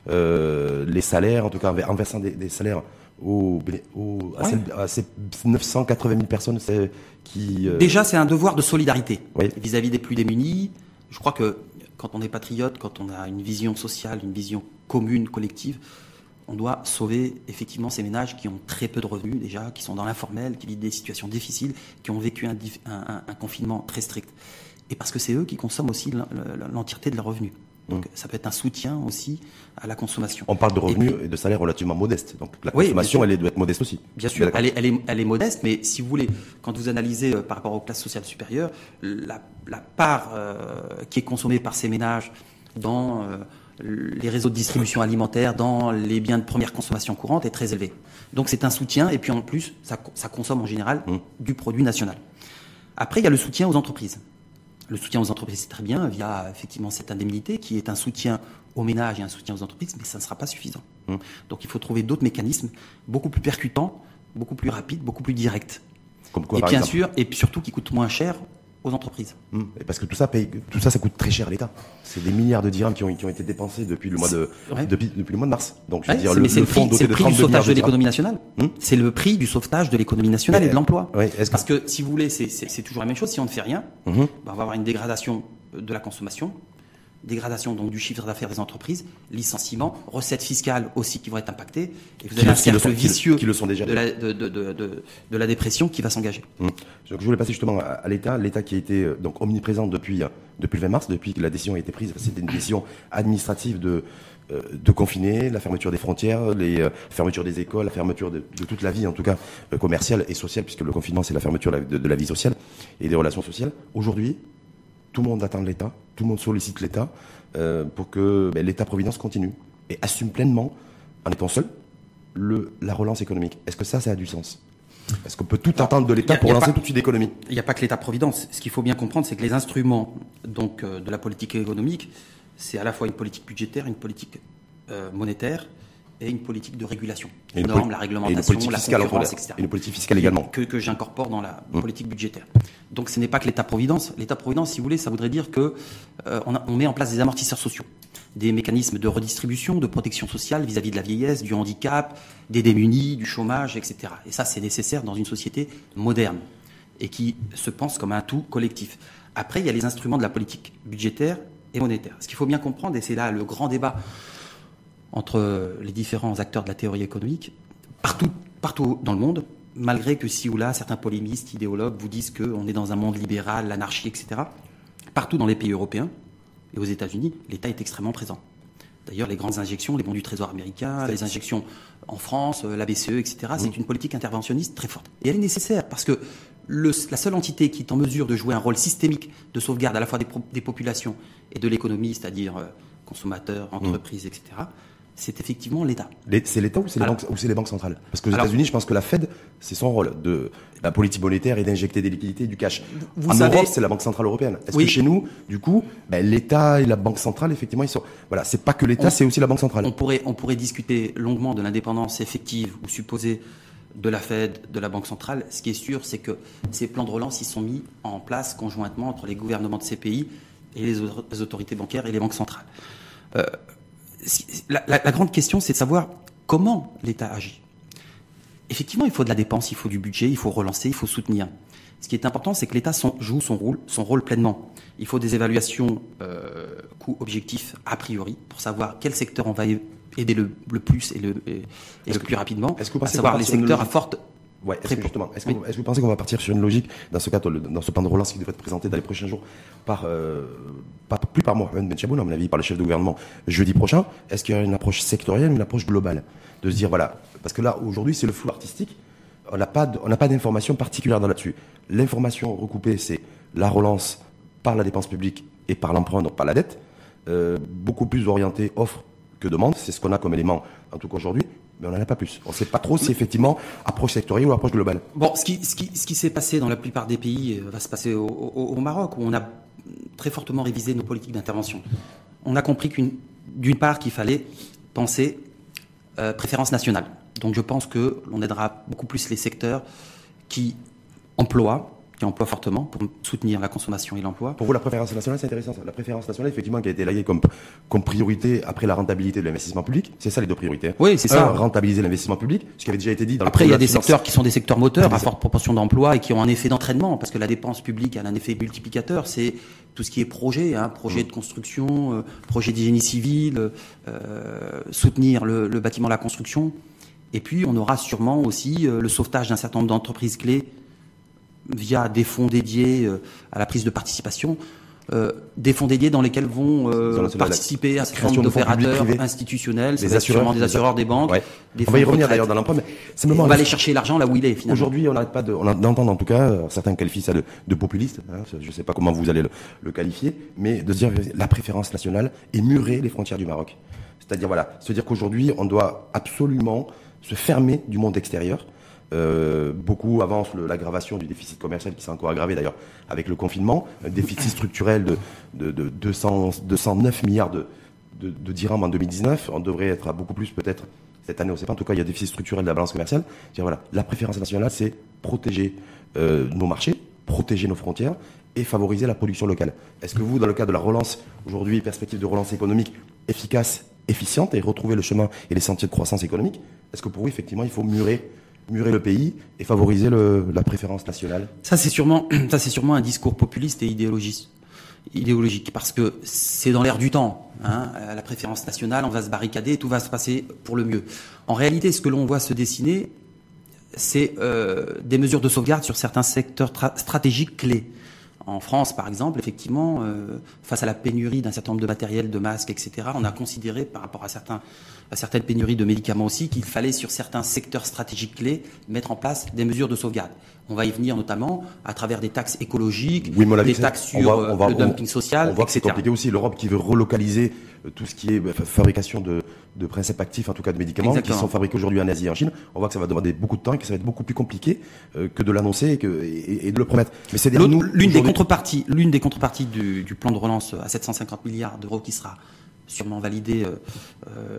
Speaker 1: euh, les salaires, en tout cas en versant des, des salaires Aux, aux, à, ouais. celles, à ces neuf cent quatre-vingt mille personnes c'est, qui... Euh...
Speaker 2: Déjà, c'est un devoir de solidarité
Speaker 1: oui.
Speaker 2: vis-à-vis des plus démunis. Je crois que quand on est patriote, quand on a une vision sociale, une vision commune, collective, on doit sauver effectivement ces ménages qui ont très peu de revenus déjà, qui sont dans l'informel, qui vivent des situations difficiles, qui ont vécu un, un, un confinement très strict. Et parce que c'est eux qui consomment aussi l'entièreté de leurs revenus. Donc, mmh. ça peut être un soutien aussi à la consommation.
Speaker 1: On parle de revenus et, puis, et de salaires relativement modestes. Donc, la consommation, oui, elle doit être modeste aussi.
Speaker 2: Bien sûr, elle est, elle, est, elle est modeste, mais si vous voulez, quand vous analysez euh, par rapport aux classes sociales supérieures, la, la part euh, qui est consommée par ces ménages dans euh, les réseaux de distribution alimentaire, dans les biens de première consommation courante est très élevée. Donc, c'est un soutien, et puis en plus, ça, ça consomme en général mmh. du produit national. Après, il y a le soutien aux entreprises. Le soutien aux entreprises, c'est très bien, via effectivement cette indemnité qui est un soutien aux ménages et un soutien aux entreprises, mais ça ne sera pas suffisant. Mmh. Donc il faut trouver d'autres mécanismes beaucoup plus percutants, beaucoup plus rapides, beaucoup plus directs.
Speaker 1: Comme quoi,
Speaker 2: et
Speaker 1: par
Speaker 2: bien
Speaker 1: exemple
Speaker 2: sûr, et surtout qui coûtent moins cher aux entreprises.
Speaker 1: Mmh. Et parce que tout ça, paye, tout ça, ça coûte très cher à l'État. C'est des milliards de dirhams qui ont, qui ont été dépensés depuis le mois de, ouais. depuis, depuis le mois de mars. Donc je veux
Speaker 2: ouais,
Speaker 1: dire,
Speaker 2: le,
Speaker 1: le,
Speaker 2: c'est
Speaker 1: le
Speaker 2: le
Speaker 1: fonds
Speaker 2: prix, c'est le prix du sauvetage de l'économie nationale. Mmh. C'est le prix du sauvetage de l'économie nationale et, et de l'emploi.
Speaker 1: Ouais, est-ce
Speaker 2: parce
Speaker 1: que...
Speaker 2: que si vous voulez, c'est, c'est, c'est toujours la même chose. Si on ne fait rien, mmh. ben on va avoir une dégradation de la consommation, dégradation donc du chiffre d'affaires des entreprises, licenciements, recettes fiscales aussi qui vont être impactées, et vous avez un cercle vicieux
Speaker 1: qui le sont déjà
Speaker 2: de, la, de, de, de, de, de la dépression qui va s'engager.
Speaker 1: Mmh. Donc, je voulais passer justement à l'État, l'État qui a été donc omniprésent depuis depuis le vingt mars, depuis que la décision a été prise. C'était une décision administrative de de confiner, la fermeture des frontières, les euh, fermetures des écoles, la fermeture de, de toute la vie, en tout cas euh, commerciale et sociale, puisque le confinement c'est la fermeture de, de, de la vie sociale et des relations sociales. Aujourd'hui, tout le monde attend l'État, tout le monde sollicite l'État euh, pour que ben, l'État-providence continue et assume pleinement, en étant seul, le, la relance économique. Est-ce que ça, ça a du sens ? Est-ce qu'on peut tout attendre de l'État pour lancer tout de suite l'économie ?
Speaker 2: Il n'y a pas que l'État-providence. Ce qu'il faut bien comprendre, c'est que les instruments donc, euh, de la politique économique, c'est à la fois une politique budgétaire, une politique euh, monétaire et une politique de régulation. Les normes, la réglementation, la concurrence, et cetera.
Speaker 1: Et une politique fiscale également.
Speaker 2: Que, que j'incorpore dans la mmh. politique budgétaire. Donc ce n'est pas que l'État-providence. L'État-providence, si vous voulez, ça voudrait dire qu'on euh, on met en place des amortisseurs sociaux, des mécanismes de redistribution, de protection sociale vis-à-vis de la vieillesse, du handicap, des démunis, du chômage, et cetera. Et ça, c'est nécessaire dans une société moderne et qui se pense comme un tout collectif. Après, il y a les instruments de la politique budgétaire et monétaire. Ce qu'il faut bien comprendre, et c'est là le grand débat entre les différents acteurs de la théorie économique, partout, partout dans le monde, malgré que si ou là, certains polémistes, idéologues vous disent qu'on est dans un monde libéral, l'anarchie, et cetera. Partout dans les pays européens et aux États-Unis, l'État est extrêmement présent. D'ailleurs, les grandes injections, les bons du Trésor américain, les injections en France, la B C E, et cetera, mmh. c'est une politique interventionniste très forte. Et elle est nécessaire parce que le, la seule entité qui est en mesure de jouer un rôle systémique de sauvegarde à la fois des, des populations et de l'économie, c'est-à-dire euh, consommateurs, entreprises, mmh. et cetera, c'est effectivement l'État.
Speaker 1: Les, c'est l'État ou c'est, les banques, ou c'est les banques centrales? Parce qu'aux États-Unis, je pense que la Fed, c'est son rôle de la politique monétaire et d'injecter des liquidités, du cash. Vous en savez, Europe, c'est la Banque centrale européenne. Est-ce oui. que chez nous, du coup, ben, l'État et la Banque centrale, effectivement, ils sont. Voilà, c'est pas que l'État, on, c'est aussi la Banque centrale.
Speaker 2: On pourrait, on pourrait discuter longuement de l'indépendance effective ou supposée de la Fed, de la Banque centrale. Ce qui est sûr, c'est que ces plans de relance, ils sont mis en place conjointement entre les gouvernements de ces pays et les, les autorités bancaires et les banques centrales. Euh, La, la, la grande question, c'est de savoir comment l'État agit. Effectivement, il faut de la dépense, il faut du budget, il faut relancer, il faut soutenir. Ce qui est important, c'est que l'État son, joue son rôle, son rôle pleinement. Il faut des évaluations euh, coûts objectifs a priori pour savoir quel secteur on va aider le, le plus et le, et, et le
Speaker 1: que,
Speaker 2: plus rapidement.
Speaker 1: Est-ce que vous
Speaker 2: à savoir les secteurs à forte.
Speaker 1: Ouais, est-ce que justement, est-ce que, oui. est-ce que vous pensez qu'on va partir sur une logique dans ce cadre, dans ce plan de relance qui devrait être présenté dans les prochains jours, par, euh, pas plus par Mohamed Ben Chaboun, à mon avis, par le chef de gouvernement, jeudi prochain? Est-ce qu'il y aura une approche sectorielle, une approche globale, de se dire voilà, parce que là aujourd'hui c'est le flou artistique, on n'a pas, de, on n'a pas d'information particulière là-dessus. L'information recoupée, c'est la relance par la dépense publique et par l'emprunt, donc par la dette, euh, beaucoup plus orientée offre que demande. C'est ce qu'on a comme élément, en tout cas aujourd'hui. Mais on n'en a pas plus. On ne sait pas trop si effectivement approche sectorielle ou approche globale.
Speaker 2: Bon, ce qui, ce qui, ce qui s'est passé dans la plupart des pays va se passer au, au, au Maroc, où on a très fortement révisé nos politiques d'intervention. On a compris qu'une, d'une part qu'il fallait penser euh, préférence nationale. Donc je pense que l'on aidera beaucoup plus les secteurs qui emploient, qui emploient fortement pour soutenir la consommation et l'emploi.
Speaker 1: Pour vous, la préférence nationale, c'est intéressant. Ça. La préférence nationale, effectivement, qui a été élaguée comme, comme priorité après la rentabilité de l'investissement public. C'est ça les deux priorités. Hein.
Speaker 2: Oui, c'est ça.
Speaker 1: Un, rentabiliser l'investissement public, ce qui avait déjà été dit dans le
Speaker 2: Après, il y a des secteurs qui sont des secteurs moteurs
Speaker 1: ah,
Speaker 2: à forte proportion d'emploi et qui ont un effet d'entraînement, parce que la dépense publique a un effet multiplicateur. C'est tout ce qui est projet, hein, projet mmh. de construction, euh, projet d'hygiène civile, euh, soutenir le, le bâtiment, la construction. Et puis, on aura sûrement aussi euh, le sauvetage d'un certain nombre d'entreprises clés via des fonds dédiés euh, à la prise de participation, euh, des fonds dédiés dans lesquels vont euh, participer un certain nombre d'opérateurs institutionnels,
Speaker 1: des assureurs,
Speaker 2: des assureurs, des banques.
Speaker 1: Ouais.
Speaker 2: Des
Speaker 1: on va y revenir d'ailleurs dans l'emprunt, mais
Speaker 2: c'est le moment. On va aller chercher l'argent là où il est finalement.
Speaker 1: Aujourd'hui, on n'arrête pas de, on d'entendre en tout cas, euh, certains qualifient ça de, de populiste. Hein, je ne sais pas comment vous allez le, le qualifier, mais de se dire la préférence nationale et murer les frontières du Maroc. C'est-à-dire voilà, se dire qu'aujourd'hui, on doit absolument se fermer du monde extérieur. Euh, beaucoup avancent le, l'aggravation du déficit commercial qui s'est encore aggravé d'ailleurs avec le confinement, un déficit structurel de, de, de deux cents, deux cent neuf milliards de, de, de dirhams en deux mille dix-neuf. On devrait être à beaucoup plus peut-être cette année, on ne sait pas. En tout cas, il y a un déficit structurel de la balance commerciale. C'est-à-dire, voilà, la préférence nationale, c'est protéger euh, nos marchés, protéger nos frontières et favoriser la production locale. Est-ce que vous, dans le cadre de la relance, aujourd'hui, perspective de relance économique efficace, efficiente et retrouver le chemin et les sentiers de croissance économique, est-ce que pour vous, effectivement, il faut murer murer le pays et favoriser le, la préférence nationale?
Speaker 2: Ça, c'est sûrement, ça, c'est sûrement un discours populiste et idéologiste, idéologique, parce que c'est dans l'air du temps. Hein, la préférence nationale, on va se barricader et tout va se passer pour le mieux. En réalité, ce que l'on voit se dessiner, c'est euh, des mesures de sauvegarde sur certains secteurs tra- stratégiques clés. En France, par exemple, effectivement, euh, face à la pénurie d'un certain nombre de matériel, de masques, et cetera, on a considéré, par rapport à, certains, à certaines pénuries de médicaments aussi, qu'il fallait, sur certains secteurs stratégiques clés, mettre en place des mesures de sauvegarde. On va y venir notamment à travers des taxes écologiques,
Speaker 1: oui, des
Speaker 2: taxes sur on va, on va, le dumping social,
Speaker 1: on voit
Speaker 2: et cetera.
Speaker 1: Que c'est compliqué aussi. L'Europe qui veut relocaliser tout ce qui est fabrication de, de principes actifs, en tout cas de médicaments, Exactement. Qui sont fabriqués aujourd'hui en Asie et en Chine. On voit que ça va demander beaucoup de temps et que ça va être beaucoup plus compliqué euh, que de l'annoncer et, que, et, et de le promettre. Mais c'est
Speaker 2: nous, l'une des contreparties, l'une des contreparties du, du plan de relance à sept cent cinquante milliards d'euros qui sera sûrement validé euh, euh,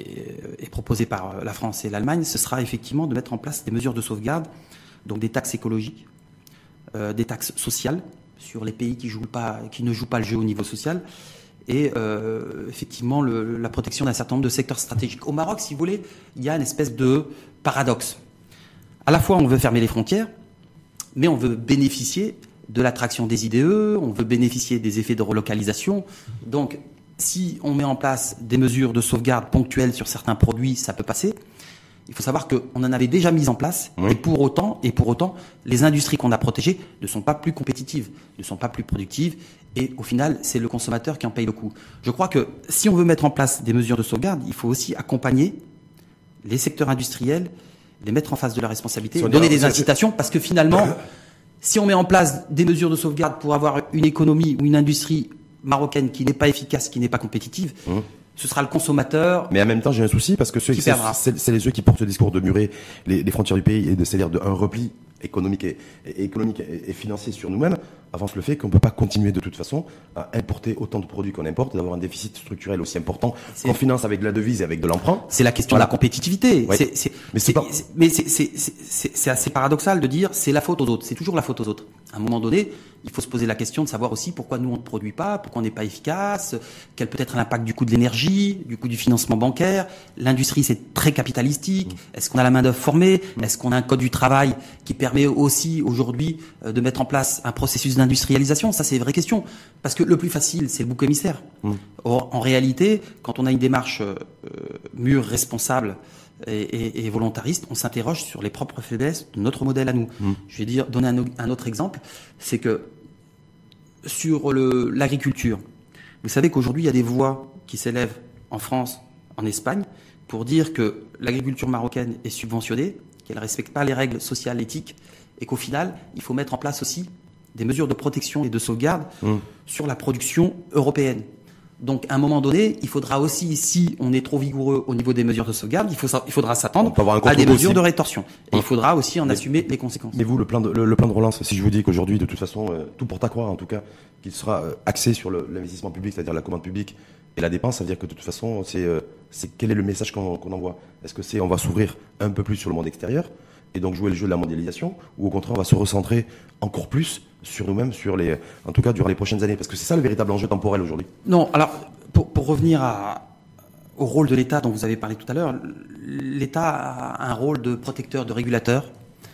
Speaker 2: et, et proposé par la France et l'Allemagne, ce sera effectivement de mettre en place des mesures de sauvegarde, donc des taxes écologiques, euh, des taxes sociales sur les pays qui, jouent pas, qui ne jouent pas le jeu au niveau social, et euh, effectivement le, la protection d'un certain nombre de secteurs stratégiques. Au Maroc, si vous voulez, il y a une espèce de paradoxe. À la fois, on veut fermer les frontières, mais on veut bénéficier de l'attraction des I D E, on veut bénéficier des effets de relocalisation. Donc, si on met en place des mesures de sauvegarde ponctuelles sur certains produits, ça peut passer. Il faut savoir qu'on en avait déjà mis en place,
Speaker 1: oui.
Speaker 2: et pour autant, et pour autant, les industries qu'on a protégées ne sont pas plus compétitives, ne sont pas plus productives, et au final, c'est le consommateur qui en paye le coût. Je crois que si on veut mettre en place des mesures de sauvegarde, il faut aussi accompagner les secteurs industriels, les mettre en face de la responsabilité, donner des incitations, parce que finalement, si on met en place des mesures de sauvegarde pour avoir une économie ou une industrie marocaine qui n'est pas efficace, qui n'est pas compétitive, mmh. ce sera le consommateur.
Speaker 1: Mais en même temps, j'ai un souci parce que ceux qui, c'est, c'est les ceux qui portent ce discours de murer les, les frontières du pays et de, c'est-à-dire d'un repli économique et, et économique et, et financier sur nous-mêmes, avance le fait qu'on ne peut pas continuer de toute façon à importer autant de produits qu'on importe et d'avoir un déficit structurel aussi important c'est... qu'on finance avec de la devise et avec de l'emprunt.
Speaker 2: C'est la question voilà. de la compétitivité.
Speaker 1: Ouais.
Speaker 2: C'est, c'est, mais c'est, c'est, pas... c'est, mais c'est, c'est, c'est, c'est assez paradoxal de dire c'est la faute aux autres. C'est toujours la faute aux autres. À un moment donné, il faut se poser la question de savoir aussi pourquoi nous on ne produit pas, pourquoi on n'est pas efficace, quel peut être l'impact du coût de l'énergie, du coût du financement bancaire. L'industrie c'est très capitalistique. Mmh. Est-ce qu'on a la main d'œuvre formée ? Mmh. Est-ce qu'on a un code du travail qui permet aussi aujourd'hui euh, de mettre en place un processus d'industrialisation ? Ça c'est une vraie question. Parce que le plus facile c'est le bouc émissaire. Mmh. Or, en réalité, quand on a une démarche euh, mûre, responsable, Et, et, et volontariste, on s'interroge sur les propres faiblesses de notre modèle à nous. Mmh. Je vais dire, donner un, un autre exemple, c'est que sur le, l'agriculture, vous savez qu'aujourd'hui il y a des voix qui s'élèvent en France, en Espagne, pour dire que l'agriculture marocaine est subventionnée, qu'elle ne respecte pas les règles sociales, éthiques, et qu'au final, il faut mettre en place aussi des mesures de protection et de sauvegarde mmh. sur la production européenne. Donc, à un moment donné, il faudra aussi, si on est trop vigoureux au niveau des mesures de sauvegarde, il, faut, il faudra s'attendre à des mesures aussi. de rétorsion. Et il faudra aussi en mais, assumer les conséquences.
Speaker 1: Mais vous, le plan de, le, le plan de relance, si je vous dis qu'aujourd'hui, de toute façon, euh, tout porte à croire, en tout cas, qu'il sera euh, axé sur le, l'investissement public, c'est-à-dire la commande publique et la dépense, ça veut dire que de toute façon, c'est, euh, c'est quel est le message qu'on, qu'on envoie ? Est-ce que c'est on va s'ouvrir un peu plus sur le monde extérieur et donc jouer le jeu de la mondialisation, ou au contraire, on va se recentrer encore plus sur nous-mêmes, sur les, en tout cas, durant les prochaines années ? Parce que c'est ça le véritable enjeu temporel aujourd'hui.
Speaker 2: Non, alors... Pour, pour revenir à, au rôle de l'État dont vous avez parlé tout à l'heure, l'État a un rôle de protecteur, de régulateur.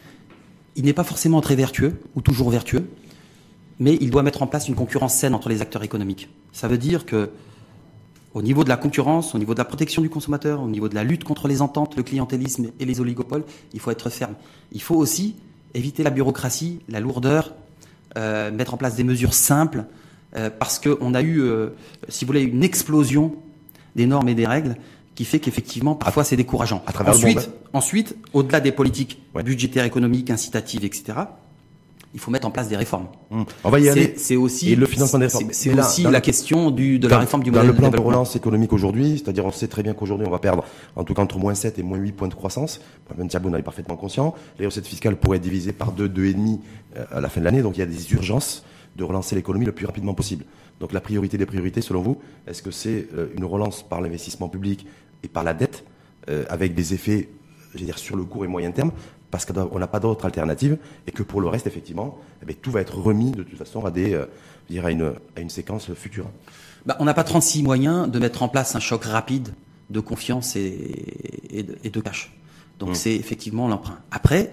Speaker 2: Il n'est pas forcément très vertueux, ou toujours vertueux, mais il doit mettre en place une concurrence saine entre les acteurs économiques. Ça veut dire que, au niveau de la concurrence, au niveau de la protection du consommateur, au niveau de la lutte contre les ententes, le clientélisme et les oligopoles, il faut être ferme. Il faut aussi éviter la bureaucratie, la lourdeur, euh, mettre en place des mesures simples, Euh, parce qu'on a eu, euh, si vous voulez, une explosion des normes et des règles qui fait qu'effectivement, parfois, c'est décourageant.
Speaker 1: À travers
Speaker 2: ensuite,
Speaker 1: le monde, hein.
Speaker 2: ensuite, au-delà des politiques
Speaker 1: ouais.
Speaker 2: budgétaires, économiques, incitatives, et cetera, il faut mettre en place des réformes.
Speaker 1: Mmh. On va y
Speaker 2: c'est,
Speaker 1: aller.
Speaker 2: C'est aussi,
Speaker 1: et le financement des réformes.
Speaker 2: C'est, c'est aussi là, la le, question du, de
Speaker 1: dans,
Speaker 2: la réforme du
Speaker 1: dans
Speaker 2: modèle
Speaker 1: le plan
Speaker 2: de,
Speaker 1: de relance économique aujourd'hui, c'est-à-dire on sait très bien qu'aujourd'hui on va perdre en tout cas entre moins sept et moins huit points de croissance. Même Thiago en est parfaitement conscient. Les recettes fiscales pourraient être divisées par deux, deux virgule cinq à la fin de l'année. Donc il y a des urgences de relancer l'économie le plus rapidement possible. Donc la priorité des priorités, selon vous, est-ce que c'est une relance par l'investissement public et par la dette, euh, avec des effets, je veux dire, sur le court et moyen terme, parce qu'on n'a pas d'autre alternative, et que pour le reste, effectivement, eh bien, tout va être remis de toute façon à, des, euh, je veux dire, à, une, à une séquence future.
Speaker 2: Bah, on n'a pas trente-six moyens de mettre en place un choc rapide de confiance et, et, de, et de cash. Donc mmh. c'est effectivement l'emprunt. Après,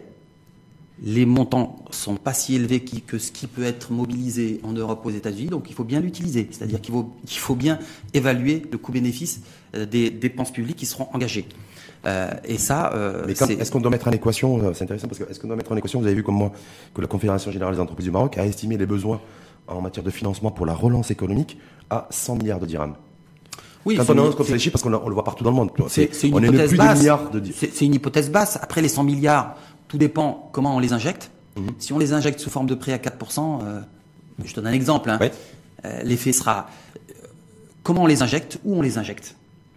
Speaker 2: les montants sont pas si élevés qui, que ce qui peut être mobilisé en Europe ou aux États-Unis, donc il faut bien l'utiliser. C'est-à-dire qu'il faut, qu'il faut bien évaluer le coût-bénéfice des dépenses publiques qui seront engagées. Euh, et ça, euh,
Speaker 1: Mais quand, est-ce qu'on doit mettre en équation, c'est intéressant parce que est-ce qu'on doit mettre en équation, vous avez vu comme moi que la Confédération Générale des Entreprises du Maroc a estimé les besoins en matière de financement pour la relance économique à cent milliards de dirhams.
Speaker 2: Oui,
Speaker 1: quand on annonce comme ça les chiffres, parce qu'on on le voit partout dans le monde.
Speaker 2: C'est, c'est, c'est une
Speaker 1: on
Speaker 2: hypothèse
Speaker 1: est
Speaker 2: basse.
Speaker 1: De...
Speaker 2: C'est, c'est une hypothèse basse. Après les cent milliards, tout dépend comment on les injecte. Mmh. Si on les injecte sous forme de prêt à quatre pour cent, euh, je donne un exemple, hein,
Speaker 1: ouais.
Speaker 2: euh, l'effet sera euh, comment on les injecte, où on les injecte,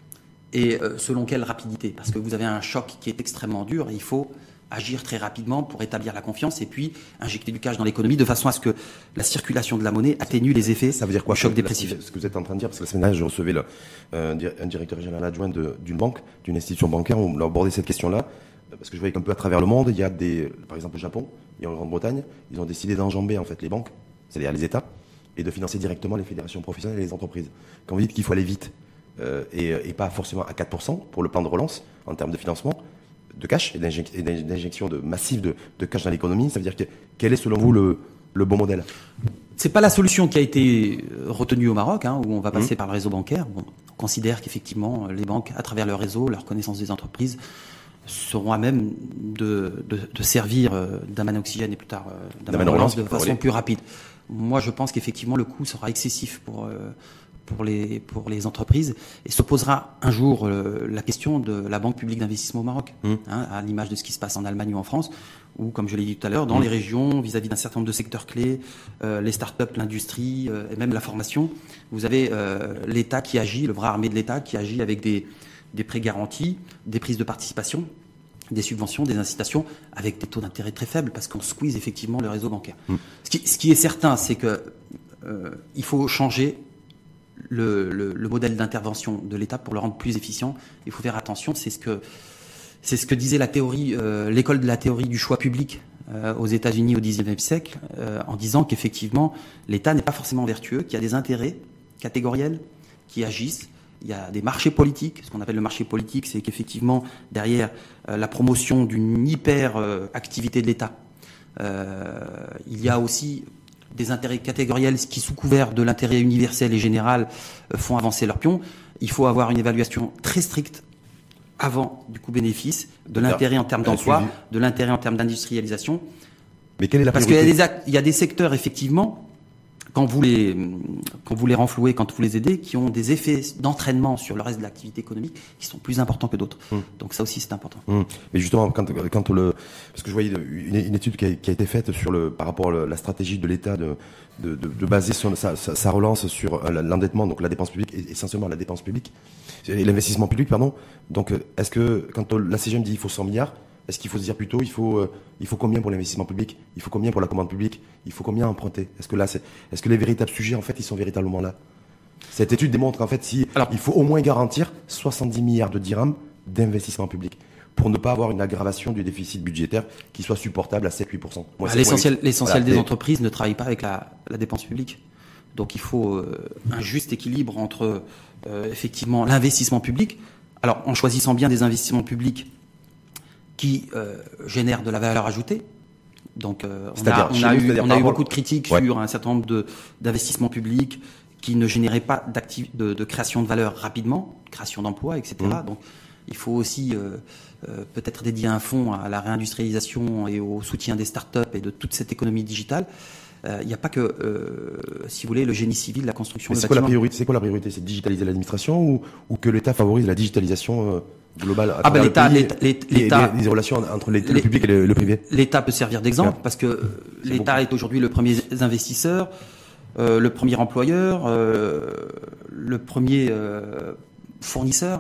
Speaker 2: et euh, selon quelle rapidité. Parce que vous avez un choc qui est extrêmement dur et il faut agir très rapidement pour établir la confiance et puis injecter du cash dans l'économie de façon à ce que la circulation de la monnaie atténue les effets
Speaker 1: ça veut dire quoi,
Speaker 2: du choc dépressif.
Speaker 1: Ce que vous êtes en train de dire, parce que la semaine dernière, je recevais le, euh, un directeur général adjoint de, d'une banque, d'une institution bancaire, où on a abordé cette question-là, parce que je voyais qu'un peu à travers le monde, il y a des, par exemple au Japon, et en Grande-Bretagne, ils ont décidé d'enjamber en fait les banques, c'est-à-dire les États, et de financer directement les fédérations professionnelles et les entreprises. Quand vous dites qu'il faut aller vite, euh, et, et pas forcément à quatre pour cent pour le plan de relance en termes de financement, de cash et, d'injec- et d'injection de, massive de, de cash dans l'économie, ça veut dire que quel est selon vous le, le bon modèle ?
Speaker 2: C'est pas la solution qui a été retenue au Maroc, hein, où on va passer mmh. par le réseau bancaire. Bon, on considère qu'effectivement les banques, à travers leur réseau, leur connaissance des entreprises, seront à même de, de, de servir euh, d'un man à oxygène et plus tard euh, d'un man à relance de façon plus rapide. Moi, je pense qu'effectivement, le coût sera excessif pour, euh, pour, les, pour les entreprises et se posera un jour euh, la question de la Banque publique d'investissement au Maroc, mmh. hein, à l'image de ce qui se passe en Allemagne ou en France, où, comme je l'ai dit tout à l'heure, dans mmh. les régions, vis-à-vis d'un certain nombre de secteurs clés, euh, les start-up, l'industrie euh, et même la formation, vous avez euh, l'État qui agit, le bras armé de l'État qui agit avec des, des prêts garantis, des prises de participation, des subventions, des incitations, avec des taux d'intérêt très faibles, parce qu'on squeeze effectivement le réseau bancaire. Mmh. Ce, qui, ce qui est certain, c'est que euh, il faut changer le, le, le modèle d'intervention de l'État pour le rendre plus efficient. Il faut faire attention, c'est ce que, c'est ce que disait la théorie, euh, l'école de la théorie du choix public euh, aux États-Unis au dix-neuvième siècle, euh, en disant qu'effectivement, l'État n'est pas forcément vertueux, qu'il y a des intérêts catégoriels qui agissent. Il y a des marchés politiques. Ce qu'on appelle le marché politique, c'est qu'effectivement, derrière euh, la promotion d'une hyper-activité euh, de l'État, euh, il y a aussi des intérêts catégoriels qui, sous couvert de l'intérêt universel et général, euh, font avancer leur pion. Il faut avoir une évaluation très stricte avant du coût-bénéfice, de l'intérêt en termes d'emploi, de l'intérêt en termes d'industrialisation.
Speaker 1: Mais quelle est la
Speaker 2: Parce
Speaker 1: priorité ?
Speaker 2: qu'il y a des, il y a des secteurs, effectivement, quand vous les, quand vous les renflouez, quand vous les aidez, qui ont des effets d'entraînement sur le reste de l'activité économique qui sont plus importants que d'autres. Mmh. Donc ça aussi, c'est important.
Speaker 1: Mmh. Mais justement, quand, quand le, parce que je voyais une, une étude qui a, qui a été faite sur le, par rapport à la stratégie de l'État de, de, de, de baser son, sa, sa, sa relance sur l'endettement, donc la dépense publique, et essentiellement la dépense publique, et l'investissement public, pardon. Donc, est-ce que, quand la C G M dit il faut cent milliards, est-ce qu'il faut se dire plutôt, il faut, euh, il faut combien pour l'investissement public? Il faut combien pour la commande publique? Il faut combien emprunter? Est-ce que là, c'est, est-ce que les véritables sujets, en fait, ils sont véritablement là? Cette étude démontre qu'en fait, si, alors, il faut au moins garantir soixante-dix milliards de dirhams d'investissement public pour ne pas avoir une aggravation du déficit budgétaire qui soit supportable à sept à huit pour cent.
Speaker 2: Moi, ah, l'essentiel, l'essentiel voilà, des et... entreprises ne travaille pas avec la, la dépense publique. Donc, il faut euh, un juste équilibre entre, euh, effectivement, l'investissement public. Alors, en choisissant bien des investissements publics qui euh, génère de la valeur ajoutée. Donc, euh, on a, on a eu, on a eu beaucoup de critiques ouais. sur un certain nombre de, d'investissements publics qui ne généraient pas de, de création de valeur rapidement, création d'emplois, et cetera. Mmh. Donc, il faut aussi euh, euh, peut-être dédier un fonds à la réindustrialisation et au soutien des startups et de toute cette économie digitale. Il euh, n'y a pas que, euh, si vous voulez, le génie civil, la construction
Speaker 1: de
Speaker 2: bâtiments.
Speaker 1: C'est quoi la priorité ? C'est quoi la priorité ? C'est de digitaliser l'administration ou, ou que l'État favorise la digitalisation euh, globale à
Speaker 2: ah ben l'État,
Speaker 1: le
Speaker 2: l'État, l'État,
Speaker 1: les, les relations entre les, le public et le, le privé.
Speaker 2: L'État peut servir d'exemple ouais. parce que c'est l'État beaucoup. Est aujourd'hui le premier investisseur, euh, le premier employeur, euh, le premier euh, fournisseur,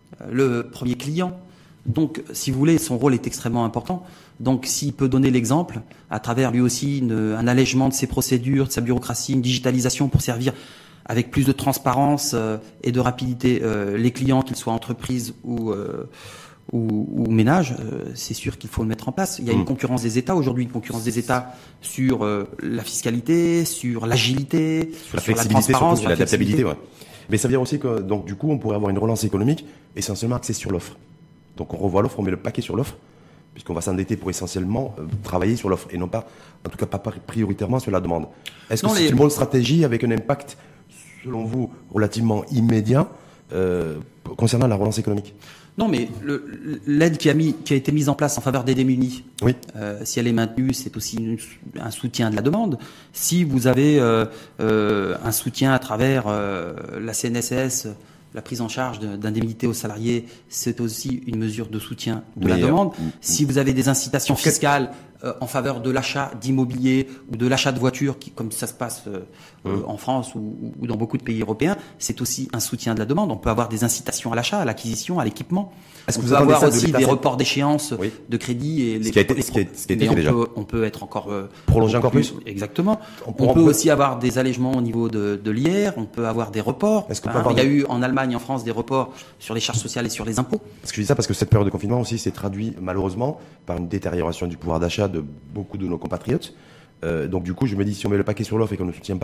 Speaker 2: le premier client. Donc, si vous voulez, son rôle est extrêmement important. Donc, s'il peut donner l'exemple, à travers lui aussi une, un allègement de ses procédures, de sa bureaucratie, une digitalisation pour servir avec plus de transparence euh, et de rapidité euh, les clients, qu'ils soient entreprises ou, euh, ou, ou ménages, euh, c'est sûr qu'il faut le mettre en place. Il y a une concurrence des États aujourd'hui, une concurrence des États sur euh, la fiscalité, sur l'agilité,
Speaker 1: sur la, sur la transparence, sur l'adaptabilité. Ouais. Mais ça veut dire aussi que donc du coup, on pourrait avoir une relance économique essentiellement axée sur l'offre. Donc on revoit l'offre, on met le paquet sur l'offre, puisqu'on va s'endetter pour essentiellement euh, travailler sur l'offre et non pas, en tout cas pas prioritairement sur la demande. Est-ce que non, c'est les... une bonne stratégie avec un impact, selon vous, relativement immédiat euh, concernant la relance économique ?
Speaker 2: Non, mais le, l'aide qui a, mis, qui a été mise en place en faveur des démunis,
Speaker 1: oui.
Speaker 2: euh, si elle est maintenue, c'est aussi une, un soutien de la demande. Si vous avez euh, euh, un soutien à travers euh, la C N S S, la prise en charge d'indemnités aux salariés, c'est aussi une mesure de soutien de Mais la demande. Euh, si vous avez des incitations fiscales euh, en faveur de l'achat d'immobilier ou de l'achat de voitures, qui, comme ça se passe euh, mmh. en France ou, ou dans beaucoup de pays européens, c'est aussi un soutien de la demande. On peut avoir des incitations à l'achat, à l'acquisition, à l'équipement. Est-ce on que vous peut avoir aussi de des reports d'échéance oui. de crédit et les,
Speaker 1: ce qui a été, ce qui a, ce qui a été
Speaker 2: on
Speaker 1: déjà.
Speaker 2: Peut, on peut être encore euh,
Speaker 1: prolonger encore plus.
Speaker 2: Exactement. On, on peut aussi avoir des allègements au niveau de, de l'I R. On peut avoir des reports. Est-ce hein, il y a des... eu en Allemagne, en France, des reports sur les charges sociales et sur les impôts.
Speaker 1: Parce que je dis ça parce que cette période de confinement aussi s'est traduite malheureusement par une détérioration du pouvoir d'achat de beaucoup de nos compatriotes. Euh, donc du coup, je me dis si on met le paquet sur l'offre et qu'on ne soutient pas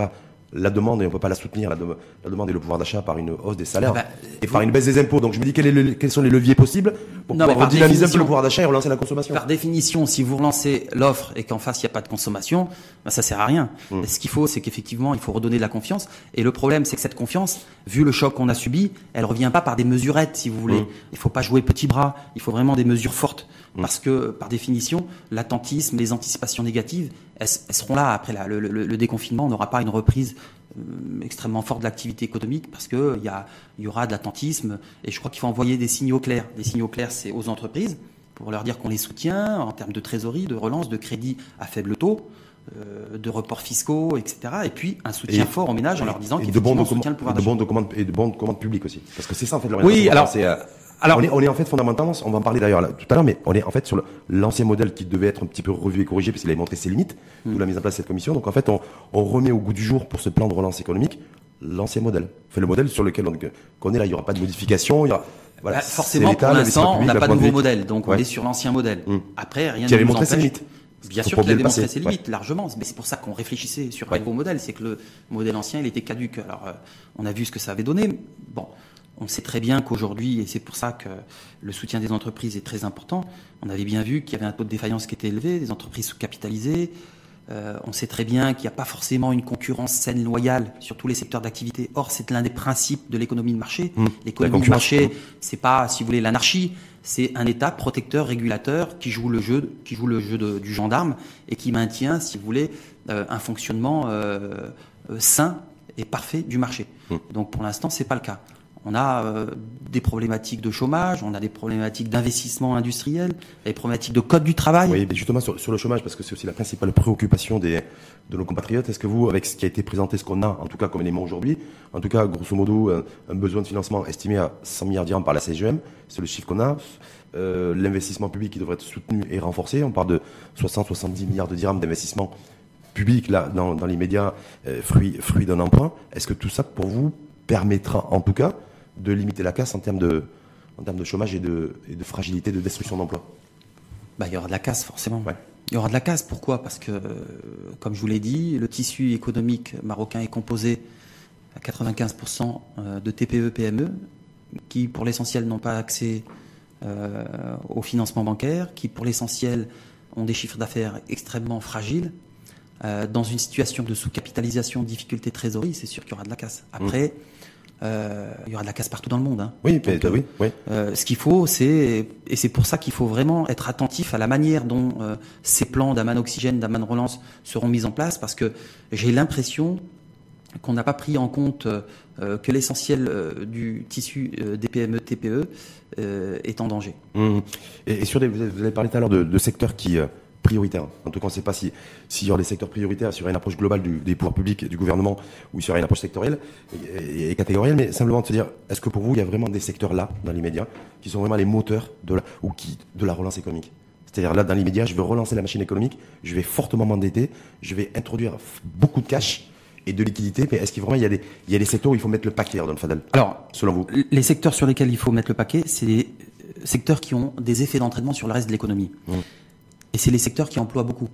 Speaker 1: la demande et on peut pas la soutenir, la, de, la demande et le pouvoir d'achat par une hausse des salaires
Speaker 2: bah,
Speaker 1: et
Speaker 2: vous...
Speaker 1: par une baisse des impôts. Donc je me dis quel est le, quels sont les leviers possibles pour non, pouvoir redynamiser un peu le pouvoir d'achat et relancer la consommation.
Speaker 2: Par définition, si vous relancez l'offre et qu'en face il n'y a pas de consommation, bah, ça sert à rien. Mmh. Ce qu'il faut, c'est qu'effectivement il faut redonner de la confiance. Et le problème, c'est que cette confiance, vu le choc qu'on a subi, elle revient pas par des mesurettes, si vous voulez. Mmh. Il faut pas jouer petit bras. Il faut vraiment des mesures fortes. Mmh. Parce que par définition, l'attentisme, les anticipations négatives, elles, elles seront là après la, le, le, le déconfinement. On n'aura pas une reprise extrêmement fort de l'activité économique parce que il y a, il y aura de l'attentisme et je crois qu'il faut envoyer des signaux clairs. Des signaux clairs, c'est aux entreprises pour leur dire qu'on les soutient en termes de trésorerie, de relance, de crédit à faible taux, euh, de reports fiscaux, et cetera. Et puis un soutien et, fort aux ménages en leur disant qu'ils soutiennent le pouvoir d'achat.
Speaker 1: Et de bons de commande et de bons de commande publiques aussi. Parce que c'est ça en fait le
Speaker 2: Oui, alors
Speaker 1: c'est euh, Alors, on est, on est en fait fondamentalement, on va en parler d'ailleurs là, tout à l'heure, mais on est en fait sur le, l'ancien modèle qui devait être un petit peu revu et corrigé parce qu'il avait montré ses limites, mmh. d'où la mise en place de cette commission. Donc en fait, on, on remet au goût du jour pour ce plan de relance économique l'ancien modèle. Enfin, le modèle sur lequel on, qu'on est là, il n'y aura pas de modification. Il y aura,
Speaker 2: voilà, bah, forcément, pour l'instant, on n'a pas de nouveau modèle, donc ouais. on est sur l'ancien modèle. Mmh. Après, rien
Speaker 1: qui
Speaker 2: ne nous
Speaker 1: montré
Speaker 2: empêche.
Speaker 1: Ses limites.
Speaker 2: Bien sûr qu'il a démontré ses limites, ouais. largement. Mais c'est pour ça qu'on réfléchissait sur ouais. un nouveau modèle. C'est que le modèle ancien, il était caduque. Alors, euh, on a vu ce que ça avait donné. Bon. On sait très bien qu'aujourd'hui, et c'est pour ça que le soutien des entreprises est très important, on avait bien vu qu'il y avait un taux de défaillance qui était élevé, des entreprises sous-capitalisées. Euh, on sait très bien qu'il n'y a pas forcément une concurrence saine, loyale sur tous les secteurs d'activité. Or, c'est l'un des principes de l'économie de marché. Mmh. L'économie de marché, c'est pas, si vous voulez, l'anarchie. C'est un État protecteur, régulateur qui joue le jeu, qui joue le jeu de, du gendarme et qui maintient, si vous voulez, euh, un fonctionnement euh, euh, sain et parfait du marché. Mmh. Donc, pour l'instant, c'est pas le cas. On a euh, des problématiques de chômage, on a des problématiques d'investissement industriel, des problématiques de code du travail.
Speaker 1: Oui, mais justement sur, sur le chômage, parce que c'est aussi la principale préoccupation des, de nos compatriotes. Est-ce que vous, avec ce qui a été présenté, ce qu'on a, en tout cas comme élément aujourd'hui, en tout cas grosso modo un, un besoin de financement estimé à cent milliards dirhams par la C G E M, c'est le chiffre qu'on a, euh, l'investissement public qui devrait être soutenu et renforcé, on parle de soixante à soixante-dix milliards de dirhams d'investissement public là dans, dans l'immédiat, euh, fruit, fruit d'un emprunt. Est-ce que tout ça pour vous permettra en tout cas de limiter la casse en termes de, en termes de chômage et de, et de fragilité, de destruction d'emplois?
Speaker 2: Bah, il y aura de la casse, forcément.
Speaker 1: Ouais.
Speaker 2: Il y aura de la casse. Pourquoi? Parce que, comme je vous l'ai dit, le tissu économique marocain est composé à quatre-vingt-quinze pour cent de T P E P M E, qui, pour l'essentiel, n'ont pas accès euh, au financement bancaire, qui, pour l'essentiel, ont des chiffres d'affaires extrêmement fragiles. Euh, dans une situation de sous-capitalisation, difficulté de trésorerie, c'est sûr qu'il y aura de la casse. Après, mmh. Euh, il y aura de la casse partout dans le monde. Hein.
Speaker 1: Oui,
Speaker 2: Donc,
Speaker 1: euh, oui, oui.
Speaker 2: Euh, ce qu'il faut, c'est et c'est pour ça qu'il faut vraiment être attentif à la manière dont euh, ces plans d'Aman Oxygène, d'Aman Relance seront mis en place, parce que j'ai l'impression qu'on n'a pas pris en compte euh, que l'essentiel euh, du tissu euh, des P M E, T P E euh, est en danger.
Speaker 1: Mmh. Et, et sur des, vous avez parlé tout à l'heure de, de secteurs qui euh, prioritaires. En tout cas, on ne sait pas si s'il y aura des secteurs prioritaires, s'il y aura une approche globale du, des pouvoirs publics et du gouvernement, ou s'il y aura une approche sectorielle et, et, et catégorielle, mais simplement de se dire, est-ce que pour vous, il y a vraiment des secteurs là, dans l'immédiat, qui sont vraiment les moteurs de la, ou qui, de la relance économique? C'est-à-dire là, dans l'immédiat, je veux relancer la machine économique, je vais fortement m'endetter, je vais introduire beaucoup de cash et de liquidité, mais est-ce qu'il vraiment il y a des, il y a des secteurs où il faut mettre le paquet, Don Fadel?
Speaker 2: Alors,
Speaker 1: selon vous?
Speaker 2: Les secteurs sur lesquels il faut mettre le paquet, c'est les secteurs qui ont des effets d'entraînement sur le reste de l'économie. Mmh. Et c'est les secteurs qui emploient beaucoup.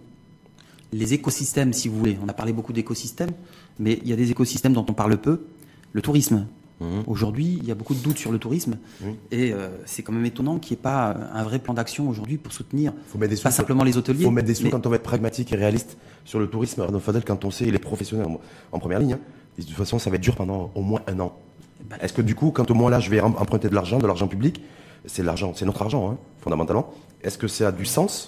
Speaker 2: Les écosystèmes, si vous voulez, on a parlé beaucoup d'écosystèmes, mais il y a des écosystèmes dont on parle peu. Le tourisme. Mmh. Aujourd'hui, il y a beaucoup de doutes sur le tourisme, mmh. et euh, c'est quand même étonnant qu'il n'y ait pas un vrai plan d'action aujourd'hui pour soutenir
Speaker 1: faut mettre des sous,
Speaker 2: pas simplement les hôteliers.
Speaker 1: Il faut mettre des sous
Speaker 2: mais...
Speaker 1: quand on va être pragmatique et réaliste sur le tourisme. Arnaud Fadel, quand on sait les professionnels en, en première ligne, hein, de toute façon, ça va être dur pendant au moins un an. Ben... Est-ce que du coup, quand au moins là, je vais emprunter de l'argent, de l'argent public, c'est de l'argent, c'est notre argent, hein, fondamentalement. Est-ce que ça a du sens?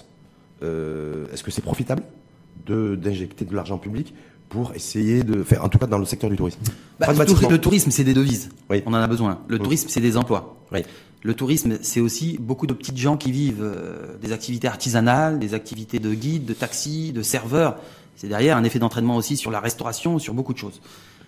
Speaker 1: Euh, est-ce que c'est profitable de, d'injecter de l'argent public pour essayer de faire, en tout cas dans le secteur du tourisme?
Speaker 2: Bah, le tourisme, c'est des devises.
Speaker 1: Oui.
Speaker 2: On en a besoin. Le mmh. tourisme, c'est des emplois.
Speaker 1: Oui.
Speaker 2: Le tourisme, c'est aussi beaucoup de petites gens qui vivent euh, des activités artisanales, des activités de guide, de taxi, de serveur. C'est derrière un effet d'entraînement aussi sur la restauration, sur beaucoup de choses.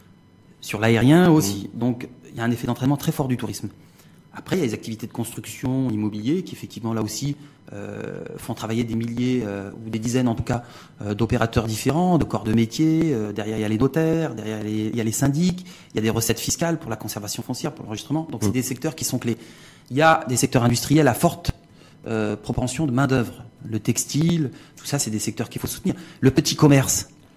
Speaker 2: Sur l'aérien aussi. Mmh. Donc, il y a un effet d'entraînement très fort du tourisme. Après, il y a les activités de construction, immobilier, qui effectivement, là aussi, euh, font travailler des milliers, euh, ou des dizaines en tout cas, euh, d'opérateurs différents, de corps de métier. Euh, derrière, il y a les notaires, derrière, les, il y a les syndics, il y a des recettes fiscales pour la conservation foncière, pour l'enregistrement. Donc, mmh. c'est des secteurs qui sont clés. Il y a des secteurs industriels à forte euh, propension de main-d'œuvre. Le textile, tout ça, c'est des secteurs qu'il faut soutenir. Le petit commerce.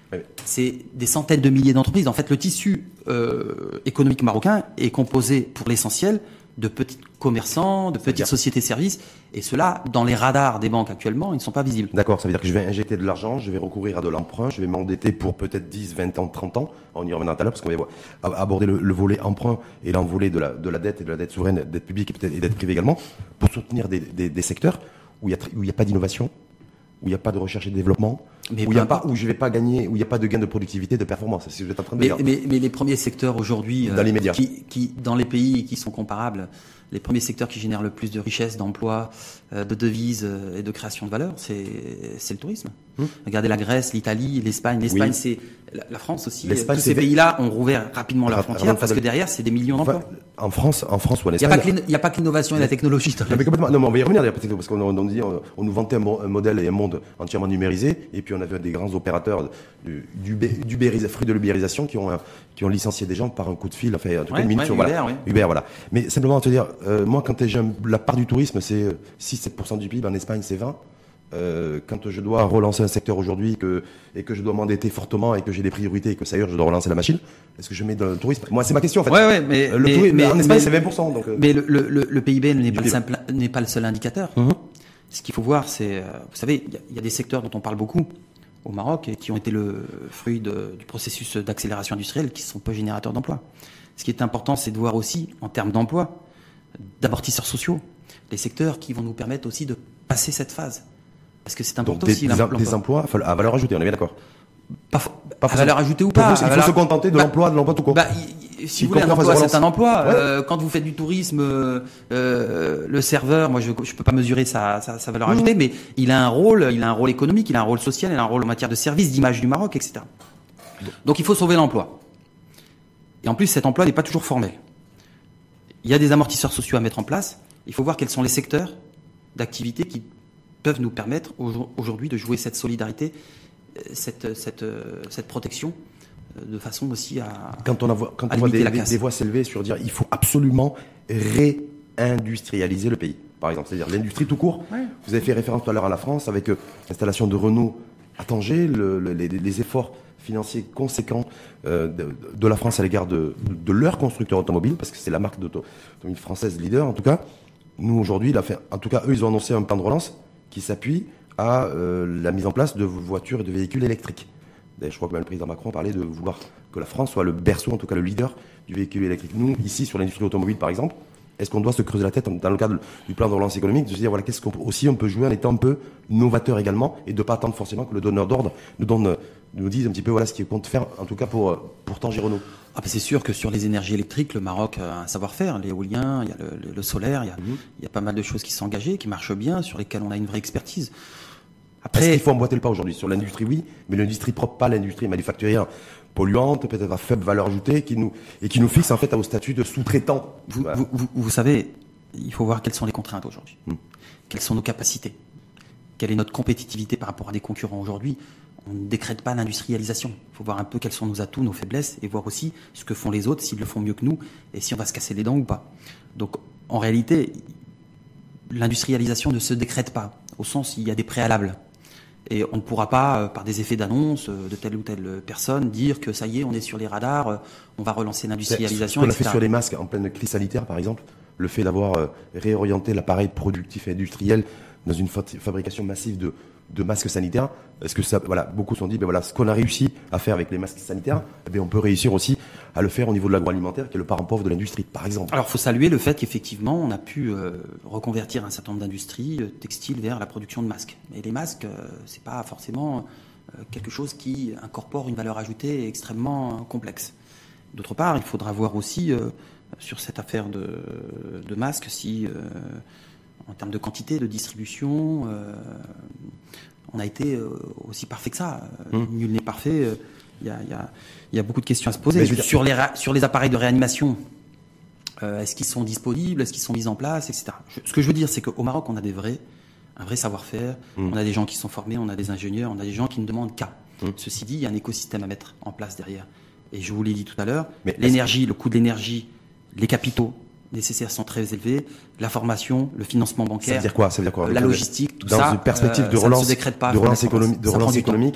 Speaker 1: Oui.
Speaker 2: C'est des centaines de milliers d'entreprises. En fait, le tissu euh, économique marocain est composé pour l'essentiel de petits commerçants, de petites
Speaker 1: C'est-à-dire
Speaker 2: sociétés-services, et ceux-là, dans les radars des banques actuellement, ils ne sont pas visibles.
Speaker 1: D'accord, ça veut dire que je vais injecter de l'argent, je vais recourir à de l'emprunt, je vais m'endetter pour peut-être dix, vingt ans, trente ans, on y reviendra tout à l'heure, parce qu'on va aborder le, le volet emprunt et l'envolée de la, de la dette et de la dette souveraine, dette publique et peut-être et dette privée également, pour soutenir des, des, des secteurs où il n'y a, a pas d'innovation, où il n'y a pas de recherche et de développement,
Speaker 2: mais
Speaker 1: où il y a pas, où je vais pas gagner, où il n'y a pas de gain de productivité, de performance. C'est ce que vous êtes en train de
Speaker 2: mais,
Speaker 1: dire.
Speaker 2: Mais, mais les premiers secteurs aujourd'hui,
Speaker 1: dans les médias,
Speaker 2: qui, qui, dans les pays qui sont comparables, les premiers secteurs qui génèrent le plus de richesses, d'emplois, euh, de devises euh, et de création de valeur, c'est, c'est le tourisme. Hum. Regardez la Grèce, l'Italie, l'Espagne. L'Espagne, oui. c'est la, la France aussi.
Speaker 1: L'Espagne,
Speaker 2: tous ces pays-là ont rouvert rapidement leurs frontières parce que derrière, c'est des millions d'emplois.
Speaker 1: Enfin, en France, en France ou en Espagne.
Speaker 2: Il n'y a pas que l'innovation et la technologie.
Speaker 1: Non, mais complètement. Non, mais on va y revenir parce qu'on on dit, on, on nous vantait un, un modèle et un monde entièrement numérisé, et puis on avait des grands opérateurs du, du, du fruit de l'ubérisation qui ont, qui ont licencié des gens par un coup de fil, enfin, en tout cas,
Speaker 2: ouais,
Speaker 1: une minute
Speaker 2: ouais,
Speaker 1: sur,
Speaker 2: Uber,
Speaker 1: voilà.
Speaker 2: Ouais.
Speaker 1: Uber, voilà. Mais simplement te dire, euh, moi, quand j'ai la part du tourisme, c'est six à sept pour cent du P I B, en Espagne, c'est vingt. Euh, quand je dois relancer un secteur aujourd'hui que, et que je dois m'endetter fortement et que j'ai des priorités et que ça y est, je dois relancer la machine, est-ce que je mets dans le tourisme? Moi, c'est ma question en fait.
Speaker 2: Ouais, ouais, mais,
Speaker 1: le
Speaker 2: mais,
Speaker 1: tourisme,
Speaker 2: mais
Speaker 1: en Espagne,
Speaker 2: mais,
Speaker 1: c'est vingt pour cent. Donc, euh...
Speaker 2: Mais le, le, le P I B n'est pas, le simple, n'est pas le seul indicateur. Mm-hmm. Ce qu'il faut voir, c'est, vous savez, il y, y a des secteurs dont on parle beaucoup au Maroc et qui ont été le fruit de, du processus d'accélération industrielle qui sont peu générateurs d'emplois. Ce qui est important, c'est de voir aussi, en termes d'emploi, d'amortisseurs sociaux, les secteurs qui vont nous permettre aussi de passer cette phase. Parce que c'est important
Speaker 1: Donc,
Speaker 2: aussi.
Speaker 1: Des, des emplois à valeur ajoutée, on est bien d'accord.
Speaker 2: Pas, pas à valeur ajoutée ou pas.
Speaker 1: Il faut, il faut se contenter de bah, l'emploi, de l'emploi tout court.
Speaker 2: Bah, y, si vous voulez un emploi, c'est un emploi. Ouais. Euh, quand vous faites du tourisme, euh, le serveur, moi je ne peux pas mesurer sa, sa, sa valeur mmh. ajoutée, mais il a un rôle, il a un rôle économique, il a un rôle social, il a un rôle en matière de service, d'image du Maroc, et cetera. Donc il faut sauver l'emploi. Et en plus, cet emploi n'est pas toujours formel. Il y a des amortisseurs sociaux à mettre en place. Il faut voir quels sont les secteurs d'activité qui peuvent nous permettre aujourd'hui de jouer cette solidarité, cette, cette, cette protection, de façon aussi à
Speaker 1: Quand on, a, quand on voit des, des, des voix s'élever sur dire il faut absolument réindustrialiser le pays, par exemple, c'est-à-dire l'industrie tout court. Ouais. Vous avez fait référence tout à l'heure à la France avec euh, l'installation de Renault à Tanger, le, le, les, les efforts financiers conséquents euh, de, de la France à l'égard de, de, de leur constructeur automobile, parce que c'est la marque d'automobile française leader en tout cas. Nous aujourd'hui, la fin, en tout cas eux, ils ont annoncé un plan de relance qui s'appuie à euh, la mise en place de voitures et de véhicules électriques. D'ailleurs, je crois que même le président Macron parlait de vouloir que la France soit le berceau, en tout cas le leader du véhicule électrique. Nous, ici, sur l'industrie automobile, par exemple, est-ce qu'on doit se creuser la tête dans le cadre du plan de relance économique, de se dire, voilà, qu'est-ce qu'on aussi on peut jouer en étant un peu novateur également, et de ne pas attendre forcément que le donneur d'ordre nous donne, nous dise un petit peu, voilà, ce qu'il compte faire, en tout cas pour, pour Tanger Renault.
Speaker 2: Ah ben c'est sûr que sur les énergies électriques, le Maroc a un savoir-faire, l'éolien, il y a le, le, le solaire, il y a, mmh. il y a pas mal de choses qui sont engagées, qui marchent bien, sur lesquelles on a une vraie expertise.
Speaker 1: Après, est-ce qu'il faut emboîter le pas aujourd'hui? Sur l'industrie, oui, mais l'industrie propre, pas l'industrie manufacturière polluante, peut-être à faible valeur ajoutée, qui nous, et qui nous fixe en fait au statut de sous-traitant.
Speaker 2: Vous, voilà. vous, vous, vous savez, il faut voir quelles sont les contraintes aujourd'hui, mmh. quelles sont nos capacités, quelle est notre compétitivité par rapport à des concurrents aujourd'hui. On ne décrète pas l'industrialisation. Il faut voir un peu quels sont nos atouts, nos faiblesses, et voir aussi ce que font les autres, s'ils le font mieux que nous, et si on va se casser les dents ou pas. Donc, en réalité, l'industrialisation ne se décrète pas, au sens où il y a des préalables. Et on ne pourra pas, par des effets d'annonce de telle ou telle personne, dire que ça y est, on est sur les radars, on va relancer l'industrialisation,
Speaker 1: et cetera.
Speaker 2: On
Speaker 1: l'a fait sur les masques en pleine crise sanitaire, par exemple. Le fait d'avoir réorienté l'appareil productif et industriel dans une fabrication massive de de masques sanitaires, est-ce que ça, voilà, beaucoup se sont dit, ben voilà, ce qu'on a réussi à faire avec les masques sanitaires, ben on peut réussir aussi à le faire au niveau de l'agroalimentaire, qui est le parent pauvre de l'industrie, par exemple.
Speaker 2: Alors, il faut saluer le fait qu'effectivement, on a pu euh, reconvertir un certain nombre d'industries euh, textiles vers la production de masques. Mais les masques, euh, c'est pas forcément euh, quelque chose qui incorpore une valeur ajoutée extrêmement euh, complexe. D'autre part, il faudra voir aussi euh, sur cette affaire de, de masques si euh, en termes de quantité, de distribution, euh, on a été euh, aussi parfait que ça. Mmh. Nul n'est parfait. Il y a, y a, y a beaucoup de questions à se poser. Sur les, sur les appareils de réanimation, euh, est-ce qu'ils sont disponibles? Est-ce qu'ils sont mis en place, et cetera. Je, ce que je veux dire, c'est qu'au Maroc, on a des vrais, un vrai savoir-faire. Mmh. On a des gens qui sont formés, on a des ingénieurs, on a des gens qui ne demandent qu'à. Mmh. Ceci dit, il y a un écosystème à mettre en place derrière. Et je vous l'ai dit tout à l'heure, Mais l'énergie, le coût de l'énergie, les capitaux nécessaires sont très élevés, la formation, le financement bancaire,
Speaker 1: ça veut dire quoi ça veut dire quoi
Speaker 2: la logistique, tout
Speaker 1: dans
Speaker 2: ça.
Speaker 1: Dans une perspective
Speaker 2: euh,
Speaker 1: de relance,
Speaker 2: ça ne se décrète pas,
Speaker 1: de relance économique, de relance économique,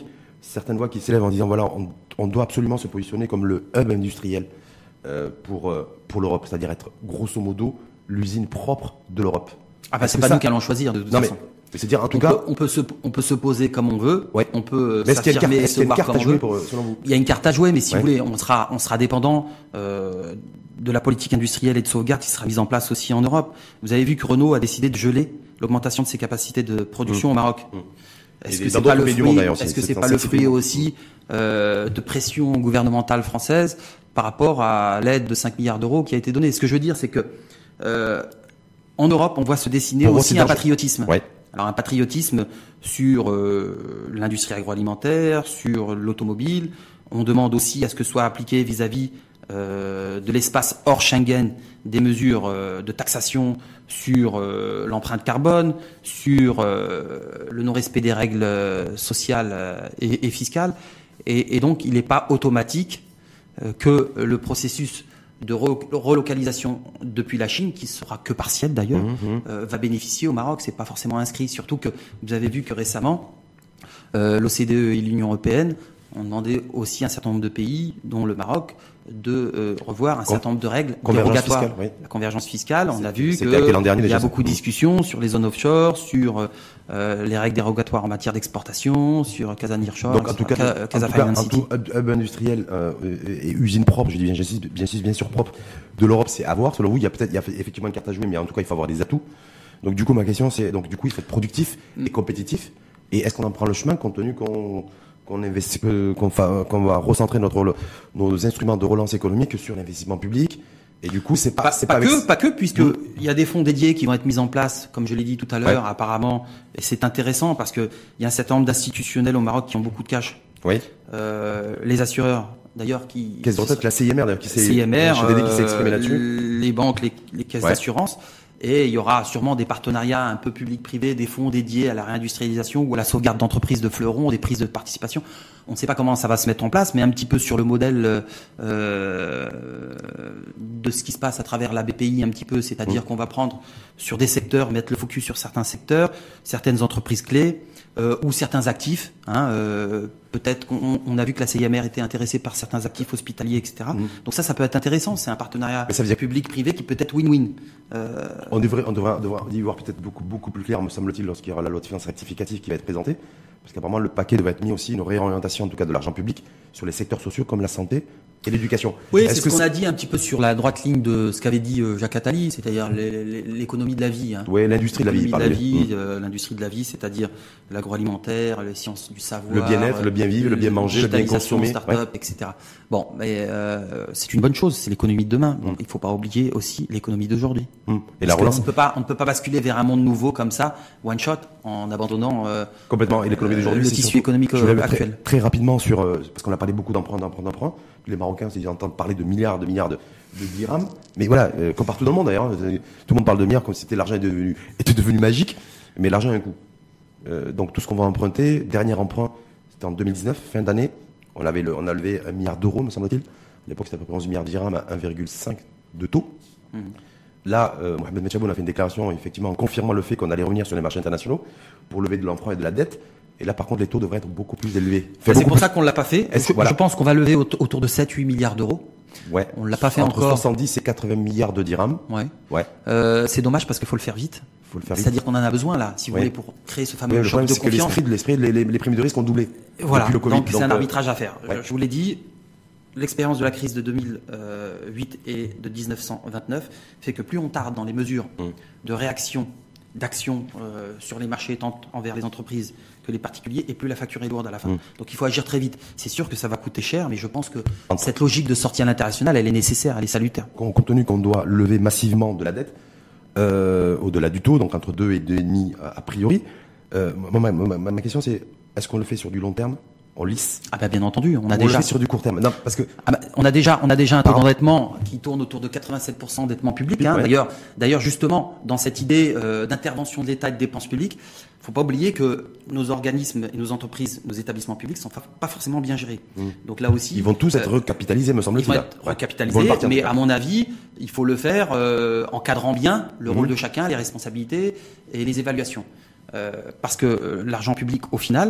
Speaker 1: certaines voix qui s'élèvent en disant voilà, on, on doit absolument se positionner comme le hub industriel euh, pour, euh, pour l'Europe, c'est-à-dire être grosso modo l'usine propre de l'Europe.
Speaker 2: Ah bah c'est pas ça... nous qui allons choisir de toute
Speaker 1: non,
Speaker 2: façon.
Speaker 1: Mais, c'est-à-dire en tout
Speaker 2: on
Speaker 1: cas,
Speaker 2: peut, on peut se on peut se poser comme on veut,
Speaker 1: ouais.
Speaker 2: on peut
Speaker 1: mais
Speaker 2: s'affirmer et se voir comme on veut.
Speaker 1: Pour, selon vous
Speaker 2: Il y a une carte à jouer, mais si
Speaker 1: ouais.
Speaker 2: vous voulez, on sera on sera dépendant euh, de la politique industrielle et de sauvegarde qui sera mise en place aussi en Europe. Vous avez vu que Renault a décidé de geler l'augmentation de ses capacités de production mmh. au Maroc. Mmh. Est-ce que c'est pas le fruit, est-ce que c'est pas le fruit aussi euh, de pression gouvernementale française par rapport à l'aide de cinq milliards d'euros qui a été donnée? Ce que je veux dire, c'est que euh, en Europe, on voit se dessiner Pour aussi un patriotisme.
Speaker 1: Ouais.
Speaker 2: Alors un patriotisme sur euh, l'industrie agroalimentaire, sur l'automobile. On demande aussi à ce que soit appliqué vis-à-vis euh, de l'espace hors Schengen des mesures euh, de taxation sur euh, l'empreinte carbone, sur euh, le non-respect des règles sociales euh, et, et fiscales. Et, et donc, il n'est pas automatique euh, que le processus de re- relocalisation depuis la Chine, qui sera que partiel d'ailleurs, mmh, euh, va bénéficier au Maroc. C'est pas forcément inscrit. Surtout que vous avez vu que récemment, euh, l'O C D E et l'Union européenne ont demandé aussi à un certain nombre de pays, dont le Maroc, de euh, revoir un certain nombre de règles dérogatoires. Fiscale, oui. La convergence fiscale, on a vu qu'il y a beaucoup de discussions sur les zones offshore, sur euh, les règles dérogatoires en matière d'exportation, sur Casa Nearshore,
Speaker 1: donc en tout cas, Casa Finance City. Un hub industriel euh, et usine propre, je dis bien, j'insiste, bien, bien sûr propre, de l'Europe, c'est à voir. Selon vous, il y a peut-être, il y a effectivement une carte à jouer, mais en tout cas, il faut avoir des atouts. Donc du coup, ma question, c'est, donc du coup, il faut être productif mm. et compétitif. Et est-ce qu'on en prend le chemin compte tenu qu'on qu'on investit, qu'on, fa, qu'on va recentrer notre, nos instruments de relance économique sur l'investissement public. Et du coup, c'est pas,
Speaker 2: pas,
Speaker 1: c'est
Speaker 2: pas,
Speaker 1: pas
Speaker 2: que,
Speaker 1: avec...
Speaker 2: pas que, puisque il mmh. y a des fonds dédiés qui vont être mis en place, comme je l'ai dit tout à l'heure, ouais. apparemment. Et c'est intéressant parce que il y a un certain nombre d'institutionnels au Maroc qui ont beaucoup de cash.
Speaker 1: Oui.
Speaker 2: Euh, les assureurs, d'ailleurs, qui.
Speaker 1: Qu'est-ce que c'est la C I M R, d'ailleurs, qui s'est,
Speaker 2: C I M R,
Speaker 1: euh, qui s'est exprimé là-dessus.
Speaker 2: Les banques, les, les caisses ouais. d'assurance. Et il y aura sûrement des partenariats un peu public-privé, des fonds dédiés à la réindustrialisation ou à la sauvegarde d'entreprises de fleurons, des prises de participation. On ne sait pas comment ça va se mettre en place, mais un petit peu sur le modèle euh, de ce qui se passe à travers la B P I, un petit peu, c'est-à-dire mmh. qu'on va prendre sur des secteurs, mettre le focus sur certains secteurs, certaines entreprises clés euh, ou certains actifs. Hein, euh, peut-être qu'on on a vu que la C I M R était intéressée par certains actifs hospitaliers, et cetera. Mmh. Donc ça, ça peut être intéressant. C'est un partenariat dire... public-privé qui peut être win-win. Euh...
Speaker 1: On devrait, on devrait, devrait y voir peut-être beaucoup, beaucoup plus clair, me semble-t-il, lorsqu'il y aura la loi de finances rectificative qui va être présentée. Parce qu'apparemment, le paquet devrait être mis aussi, une réorientation, en tout cas, de l'argent public sur les secteurs sociaux comme la santé et l'éducation.
Speaker 2: Oui, Est-ce c'est ce qu'on c'est... a dit un petit peu sur la droite ligne de ce qu'avait dit Jacques Attali, c'est-à-dire les, les, l'économie de la vie. Hein.
Speaker 1: Oui, l'industrie de la vie.
Speaker 2: De la vie mmh. euh, l'industrie de la vie, c'est-à-dire l'agroalimentaire, les sciences du savoir.
Speaker 1: Le bien-être, euh, le bien vivre, le bien manger, le bien consommer.
Speaker 2: Start-up, ouais. et cetera. Bon, mais euh, c'est une bonne chose, c'est l'économie de demain. Bon, mmh. il ne faut pas oublier aussi l'économie d'aujourd'hui. Mmh. Et la relance. On ne peut pas, on ne peut pas basculer vers un monde nouveau comme ça, one shot, en abandonnant euh,
Speaker 1: complètement. Et l'économie d'aujourd'hui,
Speaker 2: le tissu surtout, économique euh, actuel.
Speaker 1: Très, très rapidement sur, euh, parce qu'on a parlé beaucoup d'emprunts, d'emprunts, d'emprunts. Les Marocains, ils entendent parler de milliards, de milliards de, de dirhams. Mais voilà, euh, comme partout dans le monde d'ailleurs, tout le monde parle de milliards comme si c'était l'argent était devenu, était devenu magique. Mais l'argent a un coût. Euh, donc tout ce qu'on va emprunter, dernier emprunt, c'était en deux mille dix-neuf, fin d'année. On avait le, on a levé un milliard d'euros, me semble-t-il. À l'époque, c'était à peu près onze milliards de dirhams à un virgule cinq de taux. Mmh. Là, euh, Mohamed Metchaboun a fait une déclaration, effectivement, en confirmant le fait qu'on allait revenir sur les marchés internationaux pour lever de l'emprunt et de la dette. Et là, par contre, les taux devraient être beaucoup plus élevés.
Speaker 2: Enfin, c'est pour plus... ça qu'on ne l'a pas fait. Je, voilà. je pense qu'on va lever autour de sept à huit milliards d'euros.
Speaker 1: Ouais.
Speaker 2: On ne l'a pas fait
Speaker 1: Entre
Speaker 2: encore.
Speaker 1: soixante-dix et quatre-vingts milliards de dirhams.
Speaker 2: Ouais.
Speaker 1: Ouais.
Speaker 2: Euh, c'est dommage parce qu'il faut le faire vite.
Speaker 1: Faut le faire vite.
Speaker 2: C'est-à-dire qu'on en a besoin, là, si vous ouais. voulez, pour créer ce fameux
Speaker 1: ouais,
Speaker 2: choc
Speaker 1: le
Speaker 2: de
Speaker 1: c'est
Speaker 2: confiance.
Speaker 1: Que l'esprit, l'esprit les, les, les primes de risque ont doublé.
Speaker 2: Voilà.
Speaker 1: Depuis le Covid.
Speaker 2: Donc, donc, c'est un
Speaker 1: euh...
Speaker 2: arbitrage à faire.
Speaker 1: Ouais.
Speaker 2: Je vous l'ai dit. L'expérience de la crise de deux mille huit et de dix-neuf cent vingt-neuf fait que plus on tarde dans les mesures mmh. de réaction, d'action euh, sur les marchés tant envers les entreprises que les particuliers, et plus la facture est lourde à la fin. Mmh. Donc il faut agir très vite. C'est sûr que ça va coûter cher, mais je pense que Entre... cette logique de sortie à l'international, elle est nécessaire, elle est salutaire.
Speaker 1: Compte tenu qu'on doit lever massivement de la dette, euh, au-delà du taux, donc entre deux et deux virgule cinq a priori, euh, ma, ma, ma, ma question c'est, est-ce qu'on le fait sur du long terme ? On lisse.
Speaker 2: Ah bah bien entendu, on a
Speaker 1: on
Speaker 2: déjà
Speaker 1: le fait sur du court terme. Non, parce que
Speaker 2: ah bah, on a déjà on a déjà un taux d'endettement qui tourne autour de quatre-vingt-sept pour cent d'endettement public. Hein. Ouais. D'ailleurs d'ailleurs justement dans cette idée euh, d'intervention de l'État et de dépenses publiques, faut pas oublier que nos organismes et nos entreprises, nos établissements publics sont pas forcément bien gérés. Mmh. Donc là aussi,
Speaker 1: ils vont tous euh, être recapitalisés, me semble-t-il.
Speaker 2: Ils vont être recapitalisés, vont mais à mon avis, il faut le faire euh, encadrant bien le mmh. rôle de chacun, les responsabilités et les évaluations, euh, parce que euh, l'argent public au final,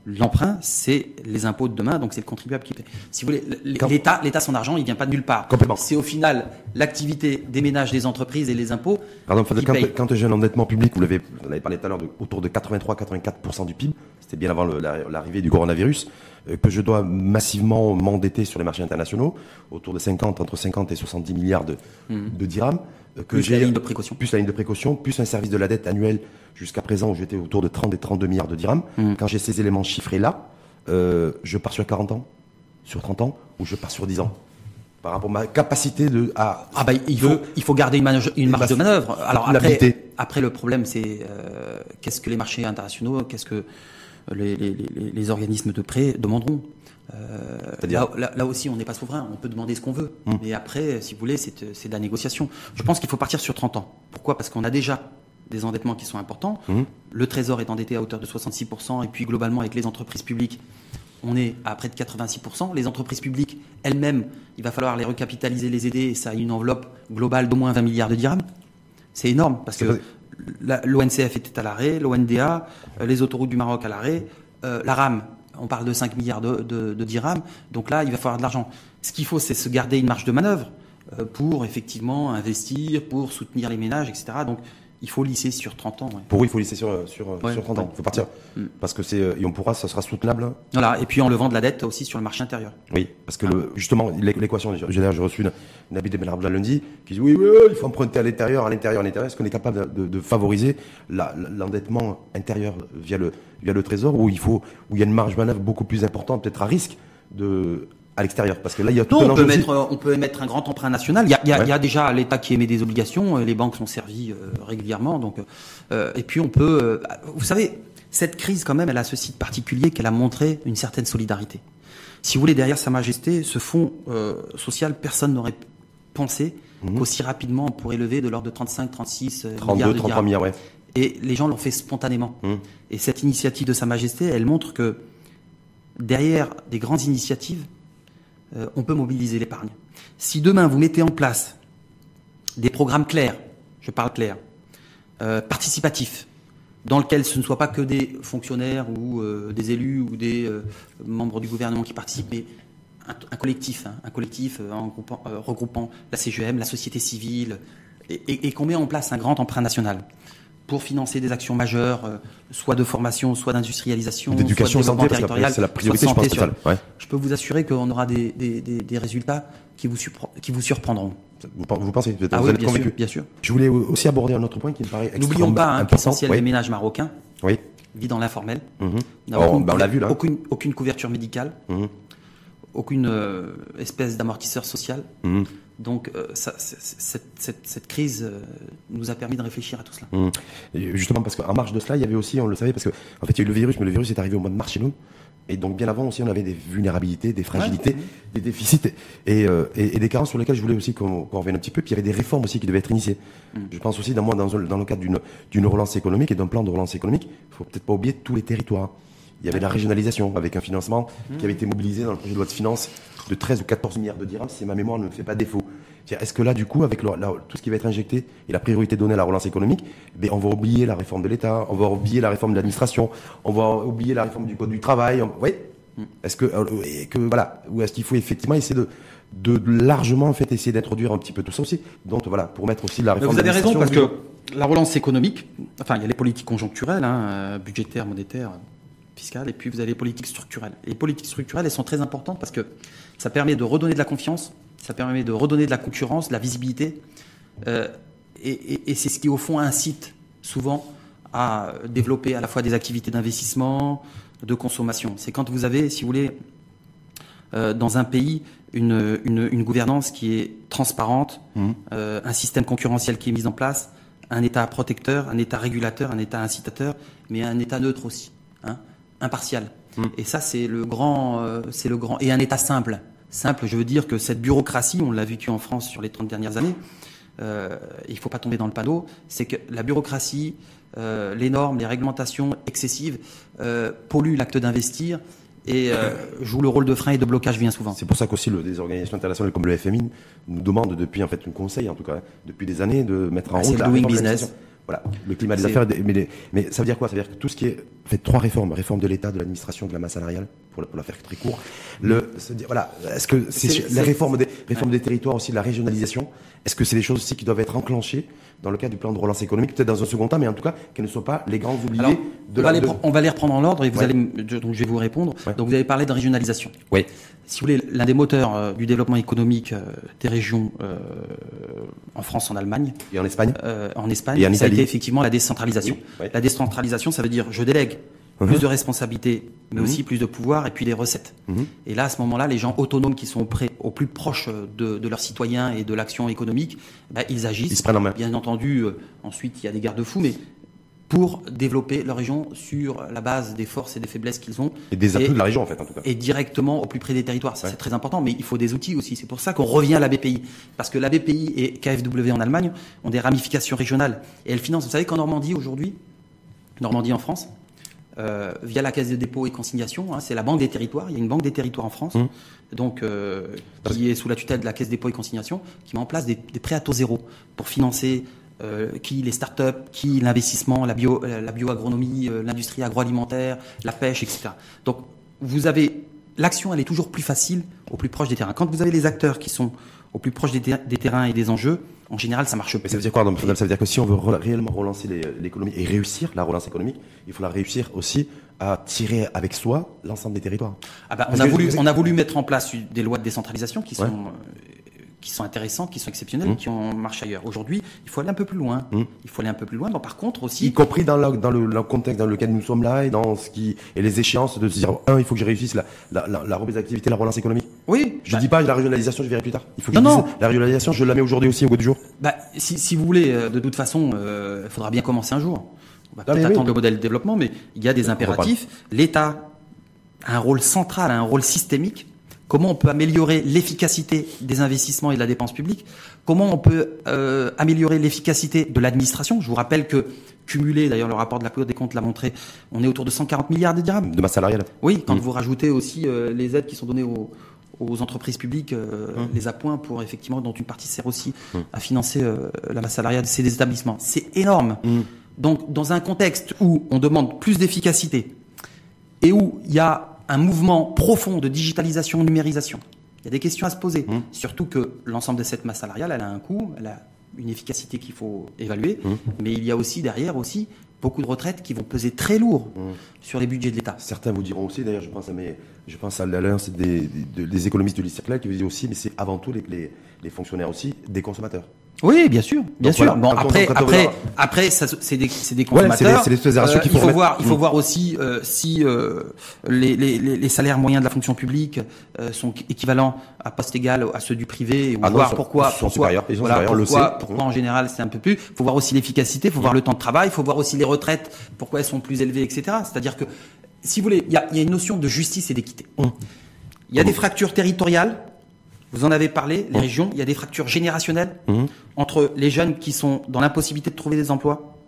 Speaker 2: L'emprunt, c'est les impôts de demain, donc c'est le contribuable qui paie. Si vous voulez,
Speaker 1: Quand...
Speaker 2: l'État, l'État, son argent, il vient pas de nulle part.
Speaker 1: Complètement.
Speaker 2: C'est au final l'activité des ménages, des entreprises et les impôts.
Speaker 1: Pardon,
Speaker 2: qui
Speaker 1: quand,
Speaker 2: payent.
Speaker 1: quand j'ai un endettement public, vous l'avez, vous en avez parlé tout à l'heure, de, autour de quatre-vingt-trois à quatre-vingt-quatre pour cent du P I B, c'était bien avant le, la, l'arrivée du coronavirus, euh, que je dois massivement m'endetter sur les marchés internationaux, autour de cinquante, entre cinquante et soixante-dix milliards de, mmh. de dirhams. Euh, que
Speaker 2: plus
Speaker 1: j'ai,
Speaker 2: la ligne de précaution.
Speaker 1: Plus la ligne de précaution, plus un service de la dette annuel jusqu'à présent où j'étais autour de trente et trente-deux milliards de dirhams. Mmh. Quand j'ai ces éléments chiffrés-là, Euh, je pars sur quarante ans, sur trente ans, ou je pars sur dix ans par rapport à ma capacité de à
Speaker 2: ah bah il faut il faut garder une, manœuvre, une marge de manœuvre. Alors après après le problème c'est euh, qu'est-ce que les marchés internationaux, qu'est-ce que les, les, les, les organismes de prêt demanderont. Euh, là, là, là aussi on n'est pas souverain, on peut demander ce qu'on veut, mmh. mais après si vous voulez c'est c'est de la négociation. Je pense qu'il faut partir sur trente ans. Pourquoi ? Parce qu'on a déjà des endettements qui sont importants. Mmh. Le Trésor est endetté à hauteur de soixante-six pour cent et puis globalement avec les entreprises publiques, on est à près de quatre-vingt-six pour cent. Les entreprises publiques elles-mêmes, il va falloir les recapitaliser, les aider et ça a une enveloppe globale d'au moins vingt milliards de dirhams. C'est énorme parce que la, l'O N C F était à l'arrêt, l'O N D A, les autoroutes du Maroc à l'arrêt, euh, la RAM, on parle de cinq milliards de, de, de dirhams. Donc là, il va falloir de l'argent. Ce qu'il faut, c'est se garder une marge de manœuvre euh, pour effectivement investir, pour soutenir les ménages, et cetera. Donc il faut lisser sur trente ans. Ouais.
Speaker 1: Pour vous, il faut lisser sur, sur, ouais, sur trente ans. Il faut partir. Ouais. Parce que c'est, et on pourra, ça sera soutenable.
Speaker 2: Voilà. Et puis en levant de la dette aussi sur le marché intérieur.
Speaker 1: Oui. Parce que ah. le, justement, l'équation, j'ai, j'ai reçu Nabil Benrabja lundi, qui dit oui, oui, oui, il faut emprunter à l'intérieur, à l'intérieur, à l'intérieur. Est-ce qu'on est capable de, de, de favoriser la, l'endettement intérieur via le, via le trésor où il faut, où il y a une marge de manœuvre beaucoup plus importante, peut-être à risque de, à l'extérieur, parce que là il y a tout
Speaker 2: non,
Speaker 1: un
Speaker 2: on peut
Speaker 1: enjeu
Speaker 2: mettre, aussi. On peut émettre un grand emprunt national. Il y a, il y a, ouais. il y a déjà l'État qui émet des obligations, les banques sont servies euh, régulièrement. Donc, euh, et puis on peut, euh, vous savez, cette crise quand même, elle a ce site particulier qu'elle a montré une certaine solidarité. Si vous voulez, derrière Sa Majesté, ce fonds euh, social, personne n'aurait pensé mmh. qu'aussi rapidement on pourrait lever de l'ordre de trente-cinq, trente-six milliards de
Speaker 1: trente-trois milliards, ouais.
Speaker 2: Et les gens l'ont fait spontanément. Mmh. Et cette initiative de Sa Majesté, elle montre que derrière des grandes initiatives, Euh, on peut mobiliser l'épargne. Si demain vous mettez en place des programmes clairs, je parle clair, euh, participatifs, dans lesquels ce ne soit pas que des fonctionnaires ou euh, des élus ou des euh, membres du gouvernement qui participent, mais un, un collectif, hein, un collectif euh, en groupant, euh, regroupant la C G M, la société civile, et, et, et qu'on met en place un grand emprunt national pour financer des actions majeures, euh, soit de formation, soit d'industrialisation,
Speaker 1: d'éducation,
Speaker 2: soit de développement
Speaker 1: santé,
Speaker 2: territorial,
Speaker 1: c'est la priorité, je pense, totale. Ouais.
Speaker 2: Je peux vous assurer qu'on aura des, des, des, des résultats qui vous, surpre- qui vous surprendront.
Speaker 1: Vous, vous pensez vous êtes,
Speaker 2: ah
Speaker 1: vous
Speaker 2: oui,
Speaker 1: êtes
Speaker 2: bien
Speaker 1: convaincu.
Speaker 2: sûr, bien sûr.
Speaker 1: Je voulais aussi aborder un autre point qui me paraît extrêmement
Speaker 2: N'oublions pas hein,
Speaker 1: important.
Speaker 2: l'essentiel
Speaker 1: oui.
Speaker 2: des ménages marocains
Speaker 1: oui.
Speaker 2: vit dans l'informel.
Speaker 1: Mm-hmm.
Speaker 2: n'a
Speaker 1: oh,
Speaker 2: aucune,
Speaker 1: ben on l'a vu là.
Speaker 2: Aucune, aucune couverture médicale,
Speaker 1: mm-hmm.
Speaker 2: aucune euh, espèce d'amortisseur social.
Speaker 1: Mm-hmm.
Speaker 2: Donc, euh, ça, c'est, cette, cette, cette crise euh, nous a permis de réfléchir à tout cela.
Speaker 1: Mmh. Et justement, parce qu'en marge de cela, il y avait aussi, on le savait, parce qu'en en fait, il y a eu le virus, mais le virus est arrivé au mois de mars chez nous. Et donc, bien avant aussi, on avait des vulnérabilités, des fragilités, ouais. des déficits et, euh, et, et des carences sur lesquelles je voulais aussi qu'on, qu'on revienne un petit peu. Puis il y avait des réformes aussi qui devaient être initiées. Mmh. Je pense aussi, dans, moi, dans, dans le cadre d'une, d'une relance économique et d'un plan de relance économique, il faut peut-être pas oublier tous les territoires. Il y avait la régionalisation avec un financement mmh. qui avait été mobilisé dans le projet de loi de finances de treize ou quatorze milliards de dirhams, si ma mémoire ne me fait pas défaut. Est-ce que là, du coup, avec le, là, tout ce qui va être injecté et la priorité donnée à la relance économique, ben, on va oublier la réforme de l'État, on va oublier la réforme de l'administration, on va oublier la réforme du code du travail. On, oui. Mmh. Est-ce que, euh, que voilà, ou est-ce qu'il faut effectivement essayer de, de, de largement en fait essayer d'introduire un petit peu tout ça aussi. Donc voilà, pour mettre aussi la réforme.
Speaker 2: Vous avez
Speaker 1: de
Speaker 2: raison parce
Speaker 1: du...
Speaker 2: que la relance économique, enfin, il y a les politiques conjoncturelles, hein, budgétaires, monétaires, fiscales, et puis vous avez les politiques structurelles. Et les politiques structurelles, elles sont très importantes parce que ça permet de redonner de la confiance. Ça permet de redonner de la concurrence, de la visibilité. Euh, et, et, et c'est ce qui, au fond, incite souvent à développer à la fois des activités d'investissement, de consommation. C'est quand vous avez, si vous voulez, euh, dans un pays, une, une, une gouvernance qui est transparente, mmh. euh, un système concurrentiel qui est mis en place, un État protecteur, un État régulateur, un État incitateur, mais un État neutre aussi, hein, impartial. Mmh. Et ça, c'est le grand, euh, c'est le grand, et un État simple. Simple, je veux dire que cette bureaucratie, on l'a vécu en France sur les trente dernières années, euh, il ne faut pas tomber dans le panneau, c'est que la bureaucratie, euh, les normes, les réglementations excessives euh, polluent l'acte d'investir et euh, jouent le rôle de frein et de blocage bien souvent.
Speaker 1: C'est pour ça qu'aussi le, des organisations internationales comme le F M I nous demandent depuis, en fait, un conseil en tout cas, depuis des années, de mettre en
Speaker 2: ah,
Speaker 1: route
Speaker 2: c'est
Speaker 1: la
Speaker 2: doing business.
Speaker 1: Voilà, le climat des
Speaker 2: C'est-
Speaker 1: affaires, mais, les- mais ça veut dire quoi? Ça veut dire que tout ce qui est fait trois réformes, réforme de l'État, de l'administration, de la masse salariale, pour la, pour la faire très court. Le, se dire, voilà, est-ce que c'est,
Speaker 2: C'est-
Speaker 1: les
Speaker 2: c'est-
Speaker 1: réformes des réformes des territoires aussi, de la régionalisation, est-ce que c'est des choses aussi qui doivent être enclenchées dans le cadre du plan de relance économique, peut-être dans un second temps, mais en tout cas qu'elles ne soient pas les grands oubliés
Speaker 2: Alors,
Speaker 1: de
Speaker 2: on, va
Speaker 1: la.
Speaker 2: les,
Speaker 1: de-
Speaker 2: pre- on va les reprendre en ordre et vous
Speaker 1: Ouais.
Speaker 2: allez, me- je- donc je vais vous répondre.
Speaker 1: Ouais.
Speaker 2: Donc vous avez parlé de régionalisation.
Speaker 1: Oui.
Speaker 2: Si vous voulez, l'un des moteurs euh, du développement économique euh, des régions euh, en France, en Allemagne,
Speaker 1: Et en Espagne.
Speaker 2: euh, en Espagne,
Speaker 1: Et en
Speaker 2: ça a
Speaker 1: Italie.
Speaker 2: été effectivement la décentralisation.
Speaker 1: Oui, ouais.
Speaker 2: La décentralisation, ça veut dire je délègue
Speaker 1: Mhm.
Speaker 2: plus de responsabilités, mais
Speaker 1: Mhm.
Speaker 2: aussi plus de pouvoir et puis des recettes.
Speaker 1: Mhm.
Speaker 2: Et là, à ce moment-là, les gens autonomes qui sont auprès, au plus proche de, de leurs citoyens et de l'action économique, bah, ils agissent.
Speaker 1: Ils se prennent en main.
Speaker 2: Bien entendu, euh, ensuite, il y a des garde-fous, mais pour développer leur région sur la base des forces et des faiblesses qu'ils ont.
Speaker 1: Et des atouts de la région, en fait, en tout cas.
Speaker 2: Et directement au plus près des territoires. Ça,
Speaker 1: Ouais.
Speaker 2: c'est très important, mais il faut des outils aussi. C'est pour ça qu'on revient à la B P I. Parce que la B P I et K F W en Allemagne ont des ramifications régionales. Et elles financent. Vous savez qu'en Normandie, aujourd'hui, Normandie en France, euh, via la Caisse de dépôt et consignation, hein, c'est la Banque des territoires. Il y a une Banque des territoires en France,
Speaker 1: Mmh.
Speaker 2: donc euh, qui est sous la tutelle de la Caisse de dépôt et consignation, qui met en place des, des prêts à taux zéro pour financer euh, qui les startups, qui l'investissement, la bio, la bioagronomie, euh, l'industrie agroalimentaire, la pêche, et cetera. Donc vous avez l'action, elle est toujours plus facile au plus proche des terrains. Quand vous avez les acteurs qui sont au plus proche des, ter- des terrains et des enjeux, en général, ça marche
Speaker 1: Mais
Speaker 2: plus.
Speaker 1: ça veut dire quoi, donc, ça veut dire que si on veut re- réellement relancer les- l'économie et réussir la relance économique, il faut la réussir aussi à tirer avec soi l'ensemble des territoires.
Speaker 2: Ah bah, on,
Speaker 1: Parce
Speaker 2: a
Speaker 1: que-
Speaker 2: voulu,
Speaker 1: parce que-
Speaker 2: on a voulu mettre en place une- des lois de décentralisation qui sont,
Speaker 1: Ouais.
Speaker 2: euh, qui sont intéressantes, qui sont exceptionnelles,
Speaker 1: Mmh.
Speaker 2: qui ont marché ailleurs. Aujourd'hui, il faut aller un peu plus loin.
Speaker 1: Mmh.
Speaker 2: Il faut aller un peu plus loin. Bon, par contre
Speaker 1: Y
Speaker 2: aussi,
Speaker 1: compris dans, la- dans le, le contexte dans lequel nous sommes là et dans ce qui et les échéances de se dire un, il faut que je réussisse la, la, la, la reprise d'activité, la relance économique.
Speaker 2: oui,
Speaker 1: Je
Speaker 2: bah,
Speaker 1: dis pas la régionalisation, je verrai plus tard. Il faut que
Speaker 2: Non,
Speaker 1: je
Speaker 2: non.
Speaker 1: dise, la régionalisation, je la mets aujourd'hui aussi au goût du jour.
Speaker 2: bah, si, si vous voulez, euh, de toute façon, euh, il faudra bien commencer un jour. On va
Speaker 1: Ah,
Speaker 2: peut-être
Speaker 1: mais oui.
Speaker 2: attendre le modèle de développement, mais il y a des impératifs. L'État a un rôle central, a un rôle systémique. Comment on peut améliorer l'efficacité des investissements et de la dépense publique? Comment on peut euh, améliorer l'efficacité de l'administration? Je vous rappelle que, cumulé, d'ailleurs le rapport de la Cour des comptes l'a montré, on est autour de cent quarante milliards de dirhams.
Speaker 1: De masse salariale.
Speaker 2: Oui, quand
Speaker 1: Mm.
Speaker 2: vous rajoutez aussi euh, les aides qui sont données aux, aux entreprises publiques, euh,
Speaker 1: Mm.
Speaker 2: les appoints pour effectivement, dont une partie sert aussi
Speaker 1: Mm.
Speaker 2: à financer euh, la masse salariale de ces établissements. C'est énorme.
Speaker 1: Mm.
Speaker 2: Donc, dans un contexte où on demande plus d'efficacité et où il y a un mouvement profond de digitalisation, numérisation, il y a des questions à se poser.
Speaker 1: Mm.
Speaker 2: Surtout que l'ensemble de cette masse salariale, elle a un coût, elle a une efficacité qu'il faut évaluer,
Speaker 1: Mm.
Speaker 2: mais il y a aussi derrière aussi beaucoup de retraites qui vont peser très lourd
Speaker 1: Mm.
Speaker 2: sur les budgets de l'État.
Speaker 1: Certains vous diront aussi, d'ailleurs, je pense à mes, je pense à l'alliance des, des, des économistes de l'I-Circle qui vous disent aussi, mais c'est avant tout les, les, les fonctionnaires aussi, des consommateurs.
Speaker 2: Oui, bien sûr, bien
Speaker 1: Donc
Speaker 2: sûr.
Speaker 1: voilà,
Speaker 2: Bon,
Speaker 1: quand on-
Speaker 2: après,
Speaker 1: quand on
Speaker 2: après,
Speaker 1: verra-
Speaker 2: après, ça, c'est des, c'est des
Speaker 1: Ouais, c'est
Speaker 2: consommateurs.
Speaker 1: les- c'est les fédérations
Speaker 2: Euh,
Speaker 1: qu'il
Speaker 2: il
Speaker 1: faut
Speaker 2: faut
Speaker 1: remettre.
Speaker 2: voir, il faut
Speaker 1: Mm.
Speaker 2: voir aussi euh, si euh, les, les, les les salaires moyens de la fonction publique euh, sont équivalents à poste égal à ceux du privé, ou
Speaker 1: Ah non,
Speaker 2: voir
Speaker 1: ils sont-
Speaker 2: pourquoi,
Speaker 1: ils sont
Speaker 2: pourquoi,
Speaker 1: supérieurs, ils sont
Speaker 2: voilà,
Speaker 1: supérieurs, on le
Speaker 2: pourquoi,
Speaker 1: sait.
Speaker 2: pourquoi en général c'est un peu plus. Il faut voir aussi l'efficacité, il faut voir le temps de travail, il faut voir aussi les retraites, pourquoi elles sont plus élevées, et cetera. C'est-à-dire que, si vous voulez, il y a, il y a une notion de justice et d'équité.
Speaker 1: Mm.
Speaker 2: Il y a des fractures territoriales. Vous en avez parlé, les
Speaker 1: Mm.
Speaker 2: régions. Il y a des fractures générationnelles
Speaker 1: Mm.
Speaker 2: entre les jeunes qui sont dans l'impossibilité de trouver des emplois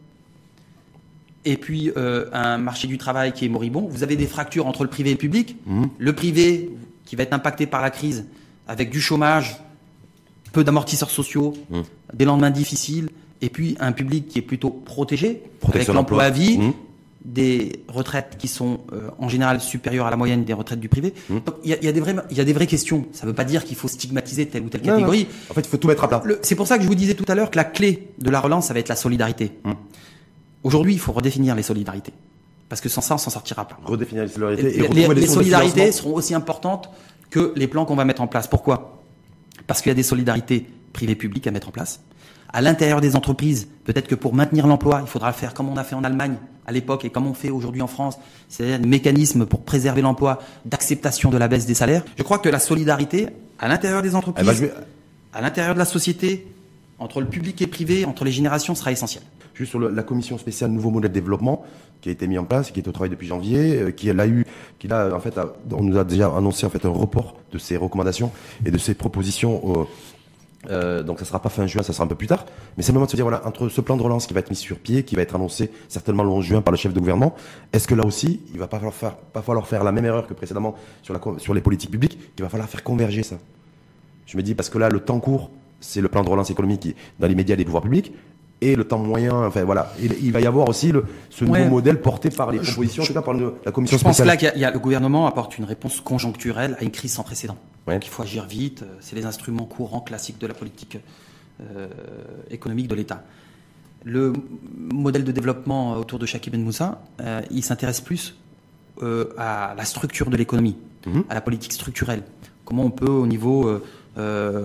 Speaker 2: et puis euh, un marché du travail qui est moribond. Vous avez des fractures entre le privé et le public.
Speaker 1: Mm.
Speaker 2: Le privé qui va être impacté par la crise avec du chômage, peu d'amortisseurs sociaux,
Speaker 1: Mm.
Speaker 2: des lendemains difficiles, et puis un public qui est plutôt protégé,
Speaker 1: Protection
Speaker 2: avec l'emploi à vie,
Speaker 1: Mm.
Speaker 2: des retraites qui sont euh, en général supérieures à la moyenne des retraites du privé.
Speaker 1: Mm.
Speaker 2: Donc il y a, il y a des vraies, il y a des vraies questions. Ça ne veut pas dire qu'il faut stigmatiser telle ou telle
Speaker 1: Non,
Speaker 2: catégorie.
Speaker 1: non. En fait, il faut tout mettre à plat.
Speaker 2: Le- C'est pour ça que je vous disais tout à l'heure que la clé de la relance, ça va être la solidarité.
Speaker 1: Mm.
Speaker 2: Aujourd'hui, il faut redéfinir les solidarités. Parce que sans ça, on s'en sortira pas.
Speaker 1: Redéfinir les solidarités
Speaker 2: Les,
Speaker 1: et
Speaker 2: les-
Speaker 1: retrouver des
Speaker 2: les
Speaker 1: sources de
Speaker 2: solidarités
Speaker 1: financement.
Speaker 2: seront aussi importantes que les plans qu'on va mettre en place. Pourquoi? Parce qu'il y a des solidarités privées-publiques à mettre en place. À l'intérieur des entreprises, peut-être que pour maintenir l'emploi, il faudra le faire comme on a fait en Allemagne à l'époque et comme on fait aujourd'hui en France, c'est-à-dire un mécanisme pour préserver l'emploi, d'acceptation de la baisse des salaires. Je crois que la solidarité à l'intérieur des
Speaker 1: Elle va
Speaker 2: entreprises,
Speaker 1: jouer-
Speaker 2: à l'intérieur de la société, entre le public et le privé, entre les générations, sera essentielle.
Speaker 1: Juste sur le- la commission spéciale nouveau modèle de développement qui a été mis en place, qui est au travail depuis janvier, euh, qui l'a eu, qui l'a en fait, a- on nous a déjà annoncé en fait un report de ses recommandations et de ses propositions. Au, euh, donc ça sera pas fin juin, ça sera un peu plus tard. Mais c'est le moment de se dire voilà, entre ce plan de relance qui va être mis sur pied, qui va être annoncé certainement le onze juin par le chef de gouvernement, est-ce que là aussi il va pas falloir faire, pas falloir faire la même erreur que précédemment sur la sur les politiques publiques, qu'il va falloir faire converger ça. Je me dis parce que là le temps court, c'est le plan de relance économique qui, dans l'immédiat des pouvoirs publics. et le temps moyen. Enfin voilà, il, il va y avoir aussi le, ce nouveau
Speaker 2: ouais.
Speaker 1: modèle porté par les propositions, je, en tout cas par le, la commission
Speaker 2: je spéciale. Je pense
Speaker 1: là
Speaker 2: qu'il y a, il y a le gouvernement apporte une réponse conjoncturelle à une crise sans précédent. Ouais. Donc il faut agir vite. C'est les instruments courants classiques de la politique euh, économique de l'État. Le modèle de développement autour de Chakib Ben Moussa, euh, il s'intéresse plus euh, à la structure de l'économie, mmh. à la politique structurelle. Comment on peut, au niveau euh, euh,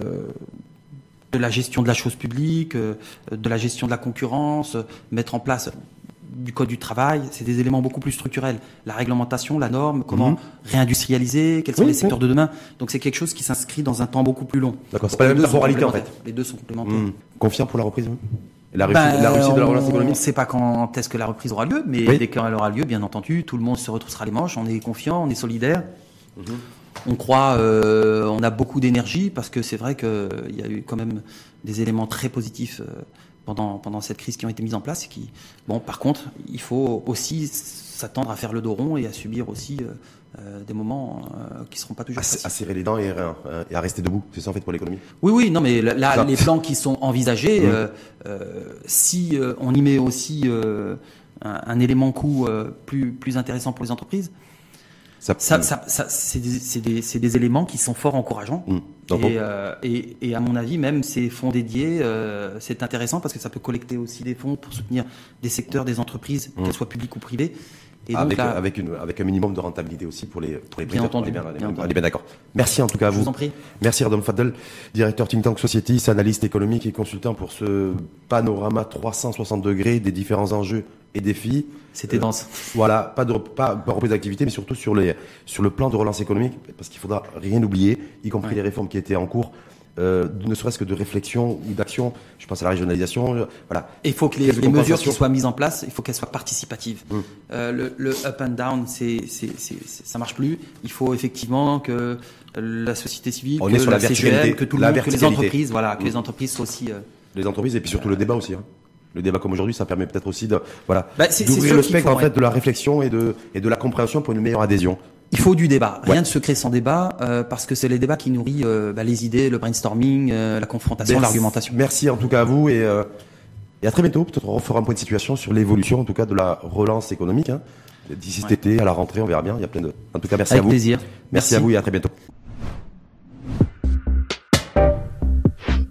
Speaker 2: de la gestion de la chose publique, euh, de la gestion de la concurrence, euh, mettre en place du code du travail, c'est des éléments beaucoup plus structurels. La réglementation, la norme, comment mmh. réindustrialiser, quels sont oui, les secteurs oui. de demain. Donc c'est quelque chose qui s'inscrit dans un temps beaucoup plus long.
Speaker 1: D'accord, c'est pas la même temporalité en fait.
Speaker 2: Les deux sont complémentaires.
Speaker 1: Mmh. Confiant pour la reprise hein. La réussite, ben, la réussite de la relance économique.
Speaker 2: On ne sait pas quand est-ce que la reprise aura lieu, mais oui. dès qu'elle aura lieu, bien entendu, tout le monde se retroussera les manches, on est confiant, on est solidaire. Mmh. On croit, euh, on a beaucoup d'énergie parce que c'est vrai qu'il y a eu quand même des éléments très positifs euh, pendant, pendant cette crise qui ont été mis en place. Et qui, bon, par contre, il faut aussi s'attendre à faire le dos rond et à subir aussi euh, euh, des moments euh, qui ne seront pas toujours
Speaker 1: à,
Speaker 2: faciles.
Speaker 1: À serrer les dents et, euh, et à rester debout, c'est ça en fait pour l'économie.
Speaker 2: Oui, oui, non, mais là, ça. les plans qui sont envisagés, mmh. euh, euh, si euh, on y met aussi euh, un, un élément coût euh, plus, plus intéressant pour les entreprises, Ça, ça, ça, ça, c'est, des, c'est, des, c'est des éléments qui sont fort encourageants. Mmh. Et, euh, et, et à mon avis, même ces fonds dédiés, euh, c'est intéressant parce que ça peut collecter aussi des fonds pour soutenir des secteurs, des entreprises, mmh. qu'elles soient publiques ou privées. Et
Speaker 1: avec,
Speaker 2: donc là,
Speaker 1: avec, une, avec un minimum de rentabilité aussi pour les, pour les
Speaker 2: bien entendu.
Speaker 1: Bien,
Speaker 2: bien
Speaker 1: bien, bien d'accord. Merci en tout cas à vous.
Speaker 2: Je vous en prie.
Speaker 1: Merci Radom Fadel, directeur Think Tank Society, analyste économique et consultant pour ce panorama trois cent soixante degrés des différents enjeux et défis.
Speaker 2: C'était dense.
Speaker 1: Euh, voilà, pas de pas, pas reprise d'activité, mais surtout sur les sur le plan de relance économique, parce qu'il faudra rien oublier, y compris ouais. les réformes qui étaient en cours. Euh, ne serait-ce que de réflexion ou d'action, je pense à la régionalisation, euh, voilà.
Speaker 2: Et il faut que les, les mesures qui soient mises en place, il faut qu'elles soient participatives. Mmh. Euh, le, le up and down, c'est, c'est, c'est, c'est, ça marche plus. Il faut effectivement que la société civile,
Speaker 1: on
Speaker 2: que
Speaker 1: est sur
Speaker 2: la,
Speaker 1: la
Speaker 2: C G M, que tout le monde, que les entreprises, voilà, que mmh. les entreprises soient aussi. Euh,
Speaker 1: les entreprises et puis surtout euh, le débat aussi. Hein. Le débat comme aujourd'hui, ça permet peut-être aussi de, voilà,
Speaker 2: bah, c'est,
Speaker 1: d'ouvrir
Speaker 2: c'est
Speaker 1: le spectre
Speaker 2: faut,
Speaker 1: en fait
Speaker 2: ouais.
Speaker 1: de la réflexion et de et de la compréhension pour une meilleure adhésion.
Speaker 2: Il faut du débat. Rien
Speaker 1: ouais.
Speaker 2: de secret sans débat, euh, parce que c'est les débats qui nourrissent euh, bah, les idées, le brainstorming, euh, la confrontation,
Speaker 1: merci,
Speaker 2: l'argumentation.
Speaker 1: Merci en tout cas à vous et, euh, et à très bientôt. Peut-être on refera un point de situation sur l'évolution en tout cas de la relance économique. Hein. D'ici cet ouais. été, à la rentrée, on verra bien. Il y a plein de. En tout cas, merci
Speaker 2: Avec
Speaker 1: à vous.
Speaker 2: plaisir.
Speaker 1: Merci, merci à vous et à très bientôt.